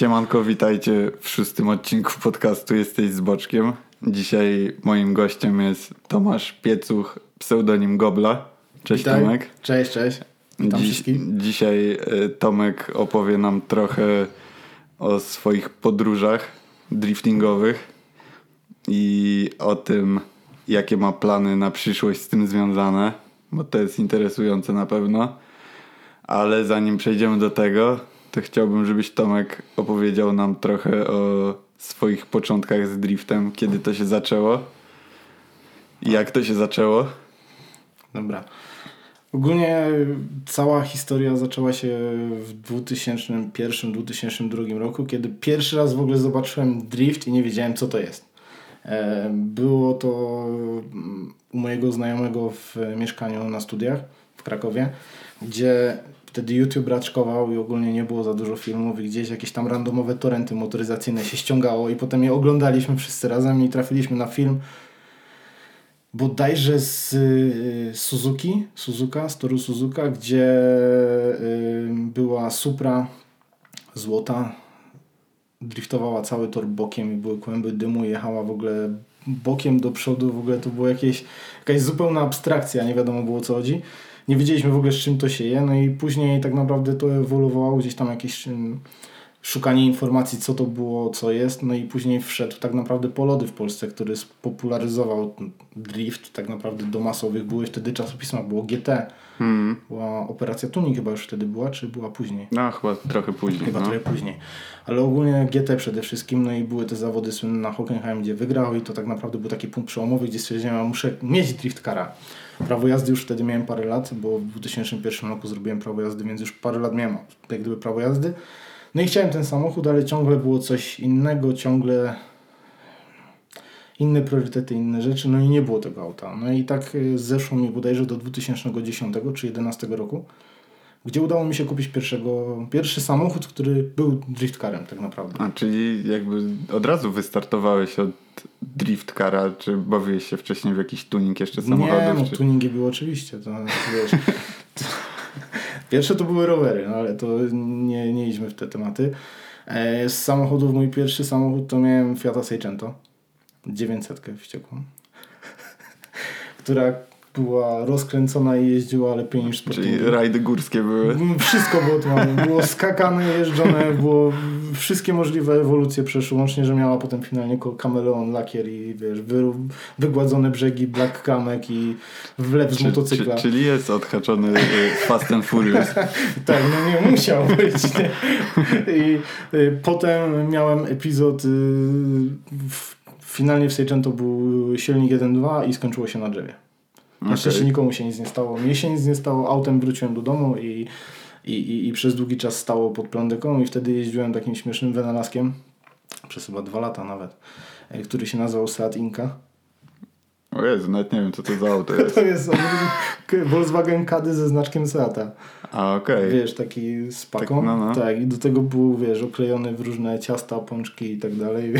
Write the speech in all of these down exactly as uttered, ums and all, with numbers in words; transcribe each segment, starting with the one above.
Siemanko, witajcie w szóstym odcinku podcastu Jesteś z Boczkiem. Dzisiaj moim gościem jest Tomasz Piecuch, pseudonim Gobla. Cześć. Witaj. Tomek. Cześć, cześć. Witam Dziś, wszystkich. Dzisiaj Tomek opowie nam trochę o swoich podróżach driftingowych i o tym, jakie ma plany na przyszłość z tym związane, bo to jest interesujące na pewno. Ale zanim przejdziemy do tego, to chciałbym, żebyś Tomek opowiedział nam trochę o swoich początkach z driftem, kiedy to się zaczęło i jak to się zaczęło. Dobra. Ogólnie cała historia zaczęła się w dwa tysiące pierwszym do dwa tysiące drugiego roku, kiedy pierwszy raz w ogóle zobaczyłem drift i nie wiedziałem, co to jest. Było to u mojego znajomego w mieszkaniu na studiach w Krakowie, gdzie wtedy YouTube raczkował i ogólnie nie było za dużo filmów i gdzieś jakieś tam randomowe torrenty motoryzacyjne się ściągało i potem je oglądaliśmy wszyscy razem i trafiliśmy na film bodajże z y, Suzuki, Suzuka, z toru Suzuka, gdzie y, była Supra złota, driftowała cały tor bokiem i były kłęby dymu, jechała w ogóle bokiem do przodu, w ogóle to było jakieś, jakaś zupełna abstrakcja, nie wiadomo było o co chodzi. Nie wiedzieliśmy w ogóle, z czym to się je, no i później tak naprawdę to ewoluowało gdzieś tam jakieś um, szukanie informacji, co to było, co jest, no i później wszedł tak naprawdę Polody w Polsce, który spopularyzował drift tak naprawdę do masowych. Były wtedy czasopisma, było G T, hmm. była Operacja Tuning chyba już wtedy była, czy była później? No chyba trochę później. Chyba no. trochę później, ale ogólnie G T przede wszystkim, no i były te zawody słynne na Hockenheim, gdzie wygrał i to tak naprawdę był taki punkt przełomowy, gdzie stwierdziłem, muszę mieć drift cara. Prawo jazdy już wtedy miałem parę lat, bo w dwa tysiące pierwszym roku zrobiłem prawo jazdy, więc już parę lat miałem jak gdyby prawo jazdy. No i chciałem ten samochód, ale ciągle było coś innego, ciągle inne priorytety, inne rzeczy, no i nie było tego auta. No i tak zeszło mi bodajże do dwa tysiące dziesiątego czy dwa tysiące jedenastego roku, gdzie udało mi się kupić pierwszego, pierwszy samochód, który był drift carem tak naprawdę. A, czyli jakby od razu wystartowałeś od drift cara, czy bawiłeś się wcześniej w jakiś tuning jeszcze samochodów? Nie, no czy... tuningi były oczywiście, to wiesz... to... Pierwsze to były rowery, no ale to nie, nie idźmy w te tematy. E, z samochodów mój pierwszy samochód to miałem Fiata Seicento dziewięćset wściekłą, która była rozkręcona i jeździła lepiej niż sportowa. Czyli rajdy górskie były. Wszystko było tu mamy. Było skakane, jeżdżone, było wszystkie możliwe ewolucje przeszły, łącznie, że miała potem finalnie kameleon, lakier i wiesz, wy, wygładzone brzegi, black kamek i wlep z czy, motocykla. Czy, czyli jest odhaczony Fast and Furious. Tak, no nie musiał być. Nie? I y, potem miałem epizod y, w, finalnie w Seicento był silnik jeden dwa i skończyło się na drzewie. Na szczęście okay. Nikomu się nic nie stało. Mnie się nic nie stało, autem wróciłem do domu i, i, i, i przez długi czas stało pod plandeką i wtedy jeździłem takim śmiesznym wynalazkiem, przez chyba dwa lata nawet, który się nazywał Seat Inca. O Jezu, nawet nie wiem, co to za auto jest. To jest Volkswagen Caddy ze znaczkiem Seata. A, okej. Okay. Wiesz, taki z paką. Tak, no, no. Tak, i do tego był, wiesz, oklejony w różne ciasta, pączki i tak dalej.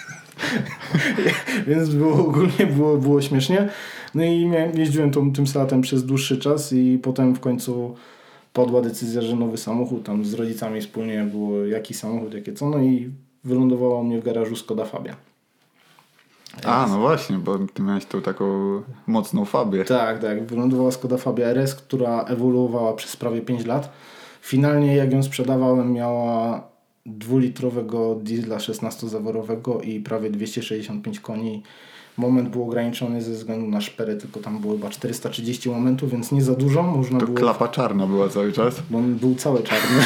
Więc było ogólnie było, było śmiesznie. No i miałem, jeździłem tą, tym Seatem przez dłuższy czas i potem w końcu padła decyzja, że nowy samochód, tam z rodzicami wspólnie było jaki samochód, jakie co, no i wylądowało mnie w garażu Skoda Fabia. A, no właśnie, bo ty miałeś tą taką mocną Fabię. Tak, tak, wylądowała Skoda Fabia R S, która ewoluowała przez prawie pięć lat. Finalnie jak ją sprzedawałem, miała dwulitrowego diesla szesnastozaworowego i prawie dwieście sześćdziesiąt pięć koni. Moment był ograniczony ze względu na szperę, tylko tam było chyba czterysta trzydzieści momentów, więc nie za dużo. Można to było... klapa czarna była cały czas? Bo on był cały czarny.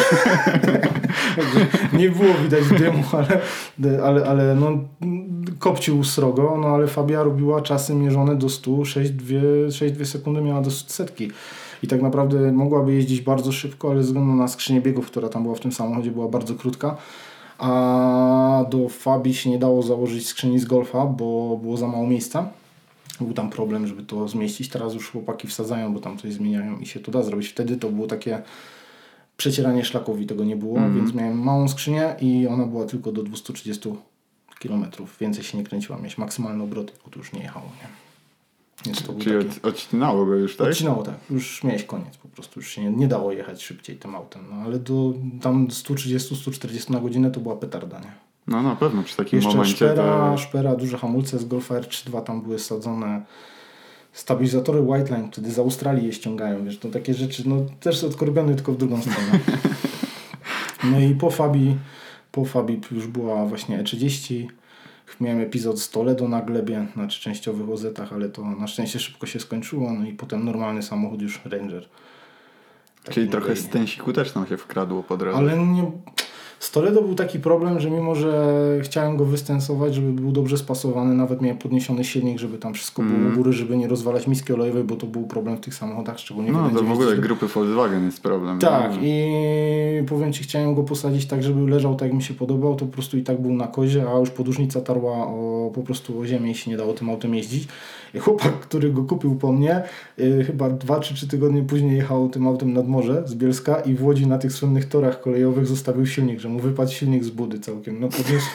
Nie było widać dymu, ale, ale, ale no, kopcił srogo, no ale Fabia robiła czasy mierzone do stu, sześć przecinek dwie sekundy miała do setki. I tak naprawdę mogłaby jeździć bardzo szybko, ale ze względu na skrzynię biegów, która tam była w tym samochodzie, była bardzo krótka. A do Fabii się nie dało założyć skrzyni z Golfa, bo było za mało miejsca. Był tam problem, żeby to zmieścić. Teraz już chłopaki wsadzają, bo tam coś zmieniają i się to da zrobić. Wtedy to było takie przecieranie szlaków i tego nie było, mm. więc miałem małą skrzynię i ona była tylko do dwieście trzydzieści kilometrów. Więcej się nie kręciła. Mieć maksymalne obroty, bo to już nie jechało. Nie? Więc to był Czyli taki... od, odcinało go już, tak? Odcinało, tak. Już miałeś koniec po prostu. Już się nie, nie dało jechać szybciej tym autem. No ale do tam sto trzydzieści sto czterdzieści na godzinę to była petarda, nie? No na pewno przy takim Jeszcze momencie szpera, to... szpera, duże hamulce z Golfa R trzy dwa tam były sadzone. Stabilizatory Whiteline, wtedy z Australii je ściągają, wiesz, to takie rzeczy, no też odkorbiony, tylko w drugą stronę. No i po Fabii, po Fabii już była właśnie E trzydzieści. Miałem epizod z Toledo na glebie, znaczy częściowych O Zetach, ale to na szczęście szybko się skończyło, no i potem normalny samochód już Ranger. Taki Czyli trochę niebejny. stęsiku też nam się wkradło po drodze. Ale nie... Z Toledo był taki problem, że mimo, że chciałem go wystensować, żeby był dobrze spasowany, nawet miałem podniesiony silnik, żeby tam wszystko było Mm. u góry, żeby nie rozwalać miski olejowej, bo to był problem w tych samochodach, szczególnie No w to w ogóle dziewięćdziesiątym. grupy Volkswagen jest problem. Tak, no. i powiem Ci, chciałem go posadzić tak, żeby leżał tak, jak mi się podobał, to po prostu i tak był na kozie, a już podłużnica tarła o, po prostu o ziemię i się nie dało tym autem jeździć. I chłopak, który go kupił po mnie, yy, chyba dwa czy trzy tygodnie później jechał tym autem nad morze z Bielska i w Łodzi na tych słynnych torach kolejowych zostawił silnik, że mu wypadł silnik z budy całkiem. No podniósł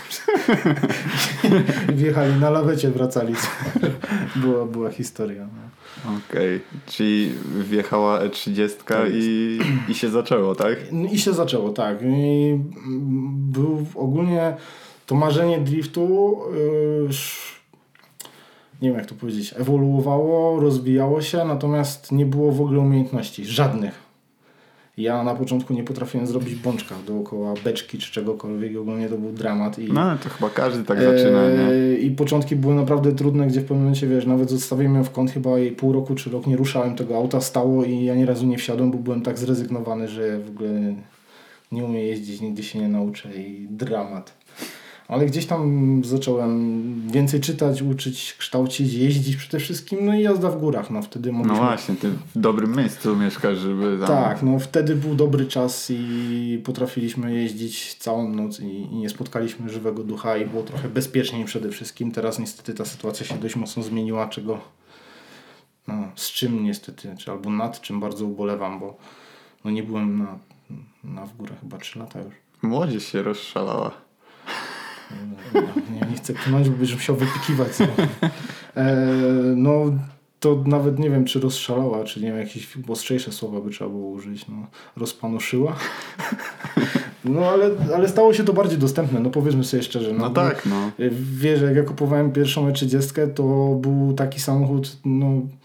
i wjechali na lawecie, wracali. była, była historia. No. Okej, okay. Czyli wjechała E trzydzieści Tak i, i się zaczęło, tak? I się zaczęło, tak. I był ogólnie to marzenie driftu, yy, nie wiem jak to powiedzieć, ewoluowało, rozwijało się, natomiast nie było w ogóle umiejętności, żadnych. Ja na początku nie potrafiłem zrobić bączka dookoła beczki czy czegokolwiek, ogólnie to był dramat. I, no to chyba każdy tak zaczyna, nie? Yy, I początki były naprawdę trudne, gdzie w pewnym momencie, wiesz, nawet zostawiłem ją w kąt chyba jej pół roku czy rok, nie ruszałem tego auta, stało i ja ani razu nie wsiadłem, bo byłem tak zrezygnowany, że w ogóle nie umiem jeździć, nigdy się nie nauczę i dramat. Ale gdzieś tam zacząłem więcej czytać, uczyć, kształcić, jeździć przede wszystkim, no i jazda w górach, no wtedy mogliśmy... No właśnie, ty w dobrym miejscu mieszkasz, żeby tam... Tak, no wtedy był dobry czas i potrafiliśmy jeździć całą noc i, i nie spotkaliśmy żywego ducha i było trochę bezpieczniej przede wszystkim. Teraz niestety ta sytuacja się dość mocno zmieniła, czego no, z czym niestety, czy albo nad czym bardzo ubolewam, bo no nie byłem na, na w górach chyba trzy lata już. Młodzież się rozszalała. Nie, nie, nie chcę pchnąć, bo będziesz musiał wypikiwać. No. E, no to nawet nie wiem, czy rozszalała, czy nie wiem, jakieś ostrzejsze słowa by trzeba było użyć. No, rozpanoszyła. No ale, ale stało się to bardziej dostępne, no powiedzmy sobie szczerze. No, no tak, no. Wiesz, jak ja kupowałem pierwszą E trzydzieści, to był taki samochód, no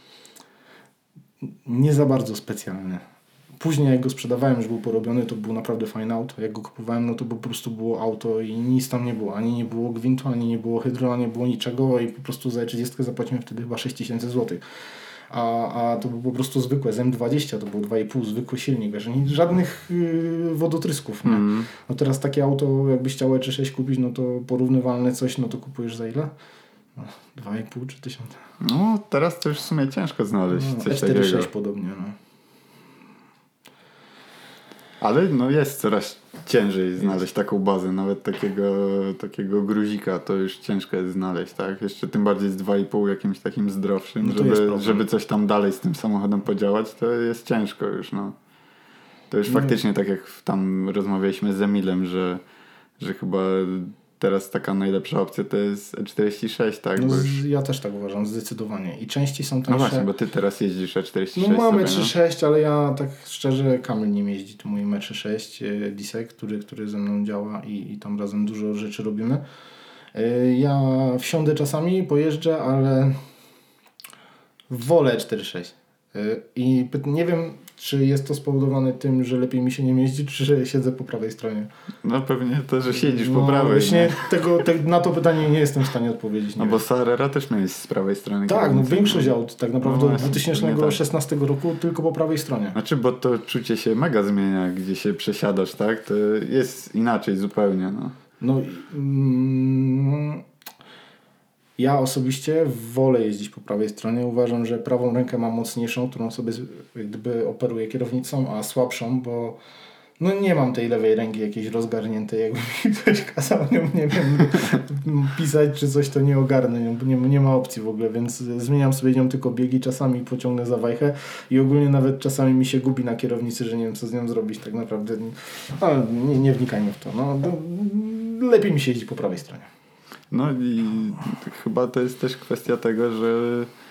nie za bardzo specjalny. Później jak go sprzedawałem, już był porobiony, to był naprawdę fajne auto. Jak go kupowałem, no to po prostu było auto i nic tam nie było. Ani nie było gwintu, ani nie było hydro, ani nie było niczego i po prostu za E trzydzieści zapłaciłem wtedy chyba sześć tysięcy złotych. A, a to był po prostu zwykłe z M dwadzieścia, to był dwa i pół zwykły silnik, wiesz, żadnych yy, wodotrysków. Nie? Mm. No teraz takie auto, jakbyś chciał E trzydzieści sześć kupić, no to porównywalne coś, no to kupujesz za ile? No, dwa i pół czy tysiąca. No teraz to już w sumie ciężko znaleźć no, coś E czterdzieści sześć takiego. podobnie, no. Ale no jest coraz ciężej znaleźć taką bazę, nawet takiego, takiego gruzika to już ciężko jest znaleźć, tak? Jeszcze tym bardziej z dwa i pół jakimś takim zdrowszym, no żeby, żeby coś tam dalej z tym samochodem podziałać, to jest ciężko już, no. To już no. faktycznie tak jak tam rozmawialiśmy z Emilem, że, że chyba teraz taka najlepsza opcja to jest E czterdzieści sześć, tak? No bo z, już... Ja też tak uważam, zdecydowanie. I częściej są tańsze... No właśnie, bo ty teraz jeździsz E czterdzieści sześć. No mamy sobie, trzysta sześć, ale ja tak szczerze Kamil nim jeździ, to mój E trzysta sześć Disek, który, który ze mną działa i, i tam razem dużo rzeczy robimy. Ja wsiądę czasami, pojeżdżę, ale wolę E czterdzieści sześć. I nie wiem, czy jest to spowodowane tym, że lepiej mi się nie jeździ, czy że siedzę po prawej stronie. No pewnie to, że siedzisz no, po prawej. Właśnie tego, te, na to pytanie nie jestem w stanie odpowiedzieć. No wiem. bo Sarera też miałeś z prawej strony. Tak, no większość aut tak naprawdę no, od dwa tysiące szesnastego roku tylko po prawej stronie. Znaczy, bo to czucie się mega zmienia, gdzie się przesiadasz, tak? To jest inaczej zupełnie, no. No mm, ja osobiście wolę jeździć po prawej stronie. Uważam, że prawą rękę mam mocniejszą, którą sobie jak gdyby operuję kierownicą, a słabszą, bo no nie mam tej lewej ręki jakiejś rozgarniętej, jakby mi ktoś kazał nią, nie wiem, pisać czy coś, to nie ogarnę, nie, nie ma opcji w ogóle, więc zmieniam sobie nią tylko biegi, czasami pociągnę za wajchę i ogólnie nawet czasami mi się gubi na kierownicy, że nie wiem co z nią zrobić tak naprawdę, ale nie, nie wnikajmy w to, no, lepiej mi się jeździ po prawej stronie. No i chyba to jest też kwestia tego, że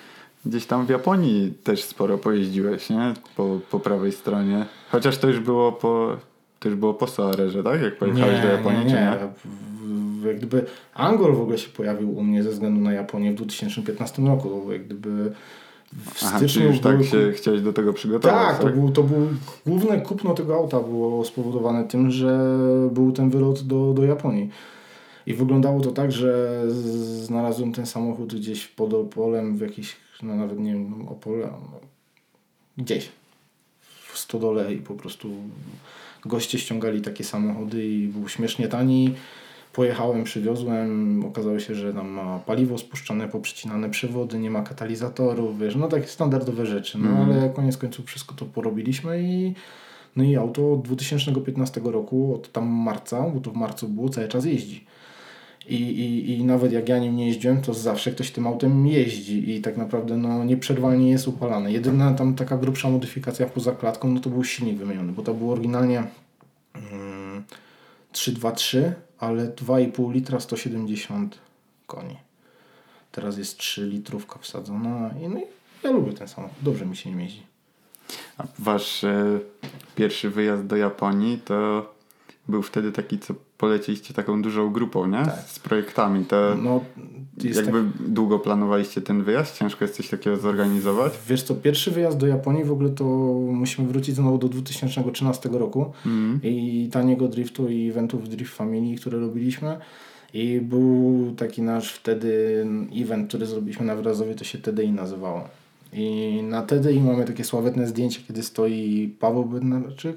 gdzieś tam w Japonii też sporo pojeździłeś, nie? Po, po prawej stronie. Chociaż to już było po, to już było po Soarerze, tak? Jak pojechałeś do Japonii, nie, nie. czy nie? W, w, jak gdyby Angol w ogóle się pojawił u mnie ze względu na Japonię w dwa tysiące piętnastym roku. Jak gdyby w Aha, styczniu czyli już tak były- się chciałeś do tego przygotować, Tak, to był, to był główne kupno tego auta było spowodowane tym, że był ten wylot do, do Japonii. I wyglądało to tak, że z- znalazłem ten samochód gdzieś pod Opolem w jakiejś, no nawet nie wiem, Opole, no, gdzieś w stodole i po prostu goście ściągali takie samochody i był śmiesznie tani. Pojechałem, przywiozłem, okazało się, że tam ma paliwo spuszczone, poprzycinane przewody, nie ma katalizatorów, wiesz, no takie standardowe rzeczy, no Mhm. ale koniec końców wszystko to porobiliśmy i no i auto od dwa tysiące piętnastego roku, od tam marca, bo to w marcu było, cały czas jeździ. I, i, I nawet jak ja nim nie jeździłem, to zawsze ktoś tym autem jeździ i tak naprawdę no, nieprzerwalnie jest upalane. Jedyna tam taka grubsza modyfikacja poza klatką, no to był silnik wymieniony, bo to był oryginalnie mm, trzy dwa trzy, ale dwa i pół litra, sto siedemdziesiąt koni. Teraz jest trzy litrówka wsadzona i no i ja lubię ten samochód, dobrze mi się nim jeździ. A wasz e, pierwszy wyjazd do Japonii to był wtedy taki, co poleciliście taką dużą grupą, nie? Tak. Z projektami. To No, jest jakby długo planowaliście ten wyjazd? Ciężko jest coś takiego zorganizować? Wiesz co, pierwszy wyjazd do Japonii w ogóle to musimy wrócić znowu do dwa tysiące trzynastego roku Mhm. i taniego driftu i eventów Drift Family, które robiliśmy. I był taki nasz wtedy event, który zrobiliśmy na Wrazowie, to się T D I nazywało. I na T D I mamy takie sławetne zdjęcie, kiedy stoi Paweł Bednarczyk,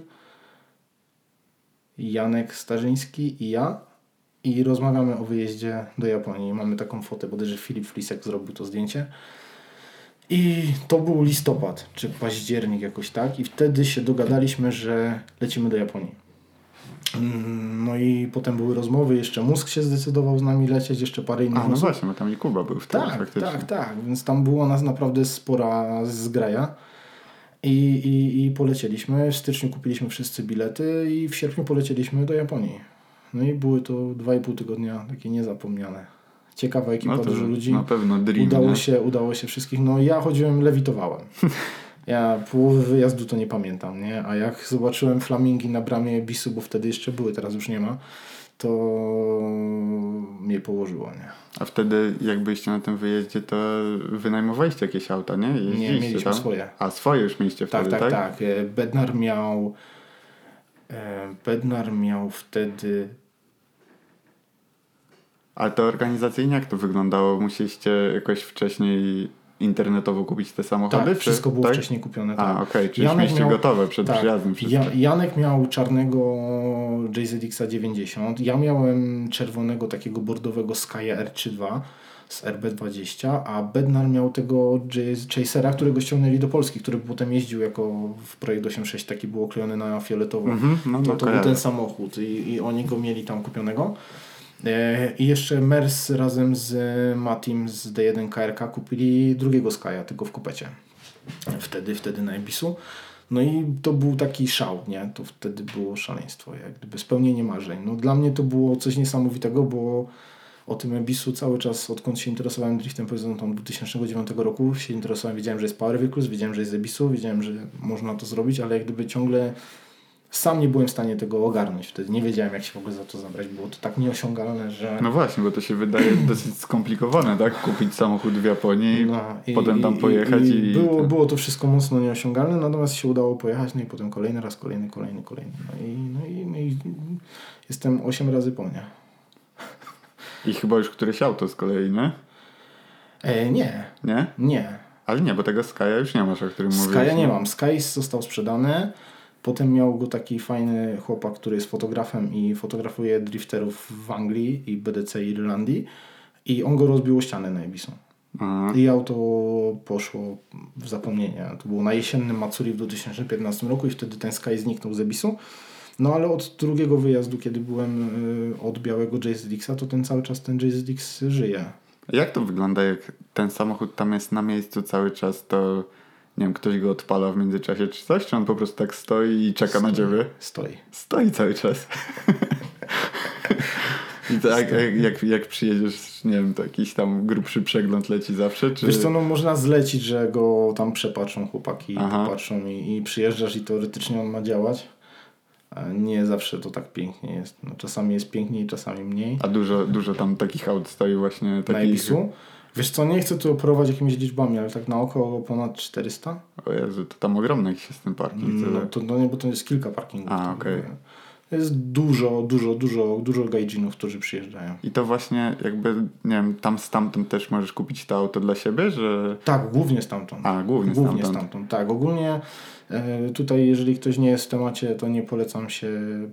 Janek Starzyński i ja. I rozmawiamy o wyjeździe do Japonii. Mamy taką fotę, bodajże Filip Flisek zrobił to zdjęcie. I to był listopad, czy październik jakoś tak. I wtedy się dogadaliśmy, że lecimy do Japonii. Mm, No i potem były rozmowy, jeszcze Musk się zdecydował z nami lecieć, jeszcze parę innych A, no osób. właśnie, bo tam i Kuba był wtedy Tak, faktycznie. tak, tak. Więc tam było nas naprawdę spora zgraja. I, i, I polecieliśmy. W styczniu kupiliśmy wszyscy bilety i w sierpniu polecieliśmy do Japonii. No i były to dwa i pół tygodnia takie niezapomniane. Ciekawa ekipa, No to dużo ludzi. na pewno dream, Udało nie? się, udało się wszystkich. No ja chodziłem, lewitowałem. Ja połowy wyjazdu to nie pamiętam, nie? A jak zobaczyłem flamingi na bramie Bisu, bo wtedy jeszcze były, teraz już nie ma, to mnie położyło, nie? A wtedy jak byliście na tym wyjeździe, to wynajmowaliście jakieś auta, nie? Jeździliście Nie, mieliśmy tam? swoje. A swoje już mieliście Tak, wtedy, tak, tak? tak. E, Bednar miał e, Bednar miał wtedy Ale to organizacyjnie jak to wyglądało? Musieliście jakoś wcześniej internetowo kupić te samochody? tak, czy- wszystko było tak? wcześniej kupione. A, Tak. okej, czyli już Janek mieliście miał- gotowe przed Tak, przyjazdem wszystko. ja, Janek miał czarnego J Z X dziewięćdziesiąt, ja miałem czerwonego takiego bordowego Skya R trzydzieści dwa z R B dwadzieścia, a Bednar miał tego J- Chasera, którego ściągnęli do Polski, który potem jeździł jako w Projekt osiemdziesiąt sześć, taki był oklejony na fioletowo. Mhm, no, to no, to był kojarzę. ten samochód i, i oni go mieli tam kupionego. E, I jeszcze Mers razem z Matim z D jeden K R K kupili drugiego Skya, tylko w kupecie. Wtedy, wtedy na Ebisu. No i to był taki szał, nie? To wtedy było szaleństwo, jak gdyby spełnienie marzeń. No dla mnie to było coś niesamowitego, bo o tym Ebisu cały czas, odkąd się interesowałem driftem, powiedzmy tam dwa tysiące dziewiątego roku się interesowałem, wiedziałem, że jest Power Vehicles, wiedziałem, że jest Ebisu, wiedziałem, że można to zrobić, ale jak gdyby ciągle sam nie byłem w stanie tego ogarnąć wtedy. Nie wiedziałem, jak się w ogóle za to zabrać. Było to tak nieosiągalne, że... No właśnie, bo to się wydaje dosyć skomplikowane, tak? Kupić samochód w Japonii, No, i- potem tam i- pojechać i... i było, było to wszystko mocno nieosiągalne, natomiast się udało pojechać, no i potem kolejny raz, kolejny, kolejny, kolejny. No i, no i, no i jestem osiem razy po nie. I chyba już któreś auto z kolei, nie? E, nie, Nie? nie. Ale nie, bo tego Skya już nie masz, o którym mówiłeś. Skya nie mam. Sky został sprzedany. Potem miał go taki fajny chłopak, który jest fotografem i fotografuje drifterów w Anglii i B D C Irlandii. I on go rozbił o ścianę na Ibisu. Aha. I auto poszło w zapomnienie. To było na jesiennym Matsuri w dwa tysiące piętnastym roku i wtedy ten Sky zniknął z Ebisu. No ale od drugiego wyjazdu, kiedy byłem y, od białego J Z X-a, to ten cały czas ten J Z X żyje. Jak to wygląda, jak ten samochód tam jest na miejscu cały czas, to nie wiem, ktoś go odpala w międzyczasie czy coś, czy on po prostu tak stoi i czeka na ciebie? Stoi. Stoi cały czas. I tak jak, jak, jak przyjedziesz, nie wiem, to jakiś tam grubszy przegląd leci zawsze? Czy... Wiesz co, no można zlecić, że go tam przepatrzą chłopaki, Aha. popatrzą i, i przyjeżdżasz i teoretycznie on ma działać. A nie zawsze to tak pięknie jest. No, czasami jest piękniej, czasami mniej. A dużo, dużo tam takich aut stoi właśnie Na takich... Ebisu. Wiesz co, nie chcę tu operować jakimiś liczbami, ale tak na oko ponad czterysta. O Jezu, to tam ogromny jakiś jest ten parking. No, tyle. to, no nie, bo to jest kilka parkingów. A, okej. To jest dużo, dużo, dużo, dużo gaijinów, którzy przyjeżdżają. I to właśnie jakby, nie wiem, tam stamtąd też możesz kupić to auto dla siebie, że... Tak, głównie stamtąd. A, głównie, głównie stamtąd. stamtąd. Tak, ogólnie e, tutaj jeżeli ktoś nie jest w temacie, to nie polecam się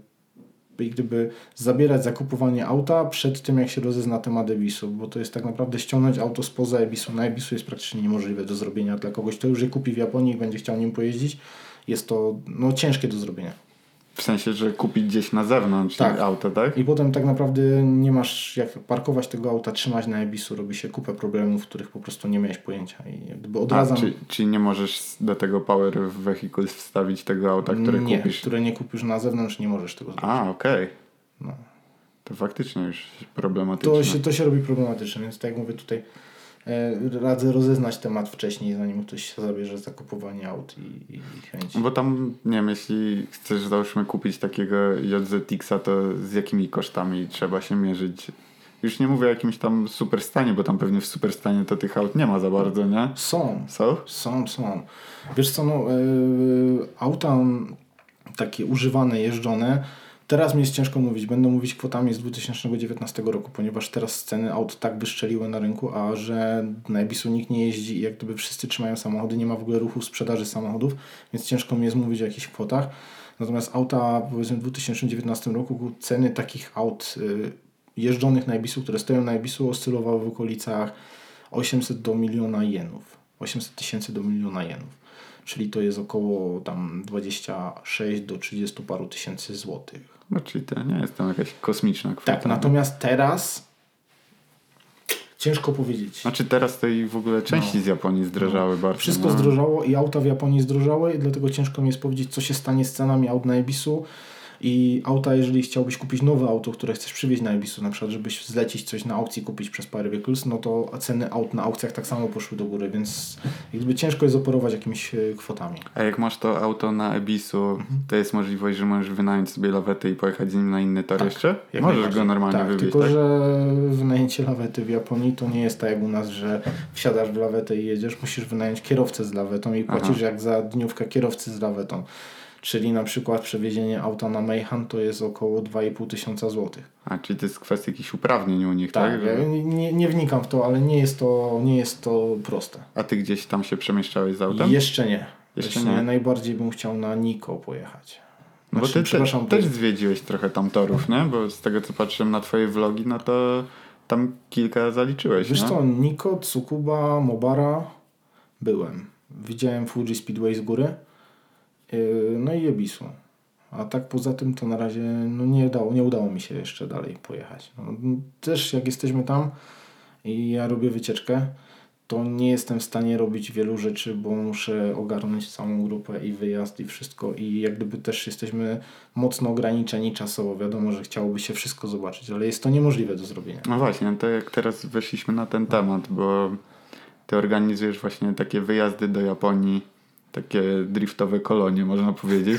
jak gdyby zabierać zakupowanie auta przed tym, jak się rozezna temat Ebisu, bo to jest tak naprawdę ściągnąć auto spoza Ebisu. Na Ebisu jest praktycznie niemożliwe do zrobienia dla kogoś, kto już je kupi w Japonii i będzie chciał nim pojeździć. Jest to no, ciężkie do zrobienia. W sensie, że kupić gdzieś na zewnątrz Tak. auto, tak? I potem tak naprawdę nie masz jak parkować tego auta, trzymać na Ebisu, robi się kupę problemów, których po prostu nie miałeś pojęcia. I jak gdyby odradzam... A, czy, czyli nie możesz do tego Power Vehicles wstawić tego auta, które nie, kupisz? które nie kupisz na zewnątrz, nie możesz tego zrobić. A, okej. No. To faktycznie już problematyczne. To się, to się robi problematyczne, więc tak jak mówię tutaj e, radzę rozeznać temat wcześniej, zanim ktoś się zabierze za kupowanie aut i, i chęci. Bo tam, nie wiem, jeśli chcesz załóżmy kupić takiego J Z X-a, to z jakimi kosztami trzeba się mierzyć? Już nie mówię o jakimś tam superstanie, bo tam pewnie w superstanie to tych aut nie ma za bardzo, nie? Są. Są? Są, są. Wiesz co, no e, auta takie używane, jeżdżone, teraz mi jest ciężko mówić, będę mówić kwotami z dwa tysiące dziewiętnastego roku, ponieważ teraz ceny aut tak wystrzeliły na rynku, a że na Ebisu nikt nie jeździ i jak gdyby wszyscy trzymają samochody, nie ma w ogóle ruchu sprzedaży samochodów, więc ciężko mi jest mówić o jakichś kwotach. Natomiast auta powiedzmy w dwa tysiące dziewiętnastym roku ceny takich aut y, jeżdżonych na Ebisu, które stoją na Ebisu, oscylowały w okolicach osiemset do miliona jenów. osiemset tysięcy do miliona jenów. Czyli to jest około tam dwadzieścia sześć do trzydziestu paru tysięcy złotych. No, czyli to nie jest tam jakaś kosmiczna kwota. Tak, natomiast teraz ciężko powiedzieć. Znaczy teraz to i w ogóle części No. z Japonii zdrożały bardzo. Wszystko no. zdrożało i auta w Japonii zdrożały i dlatego ciężko mi jest powiedzieć, co się stanie z cenami aut na Ebisu. I auta, jeżeli chciałbyś kupić nowe auto, które chcesz przywieźć na Ebisu, na przykład żebyś zlecić coś na aukcji, kupić przez Power Vehicles, no to ceny aut na aukcjach tak samo poszły do góry, więc jakby ciężko jest operować jakimiś e, kwotami. A jak masz to auto na Ebisu, mhm. to jest możliwość, że możesz wynająć sobie lawetę i pojechać z nim na inny tor tak, jeszcze? Jak możesz go normalnie tak, wywieźć, tylko tak? że wynajęcie lawety w Japonii to nie jest tak jak u nas, że wsiadasz w lawetę i jedziesz, musisz wynająć kierowcę z lawetą i płacisz Aha. jak za dniówkę kierowcy z lawetą. Czyli na przykład przewiezienie auta na Meihan to jest około dwa i pół tysiąca złotych. A, czyli to jest kwestia jakichś uprawnień u nich, tak? tak? Ja nie, nie wnikam w to, ale nie jest to, nie jest to proste. A ty gdzieś tam się przemieszczałeś z autem? Jeszcze nie. Jeszcze Jeszcze nie. nie. Najbardziej bym chciał na Nikko pojechać. No Znaczy, bo ty przepraszam, te, też to... zwiedziłeś trochę tam torów, nie? Bo z tego co patrzyłem na twoje vlogi, no to tam kilka zaliczyłeś, Wiesz no? co, Nikko, Tsukuba, Mobara byłem. Widziałem Fuji Speedway z góry. Yy, no i Ebisu. A tak poza tym to na razie no nie, dało, nie udało mi się jeszcze dalej pojechać. No, też jak jesteśmy tam i ja robię wycieczkę, to nie jestem w stanie robić wielu rzeczy, bo muszę ogarnąć całą grupę i wyjazd i wszystko i jak gdyby też jesteśmy mocno ograniczeni czasowo. Wiadomo, że chciałoby się wszystko zobaczyć, ale jest to niemożliwe do zrobienia. No właśnie, to jak teraz weszliśmy na ten temat, bo ty organizujesz właśnie takie wyjazdy do Japonii, takie driftowe kolonie, można powiedzieć.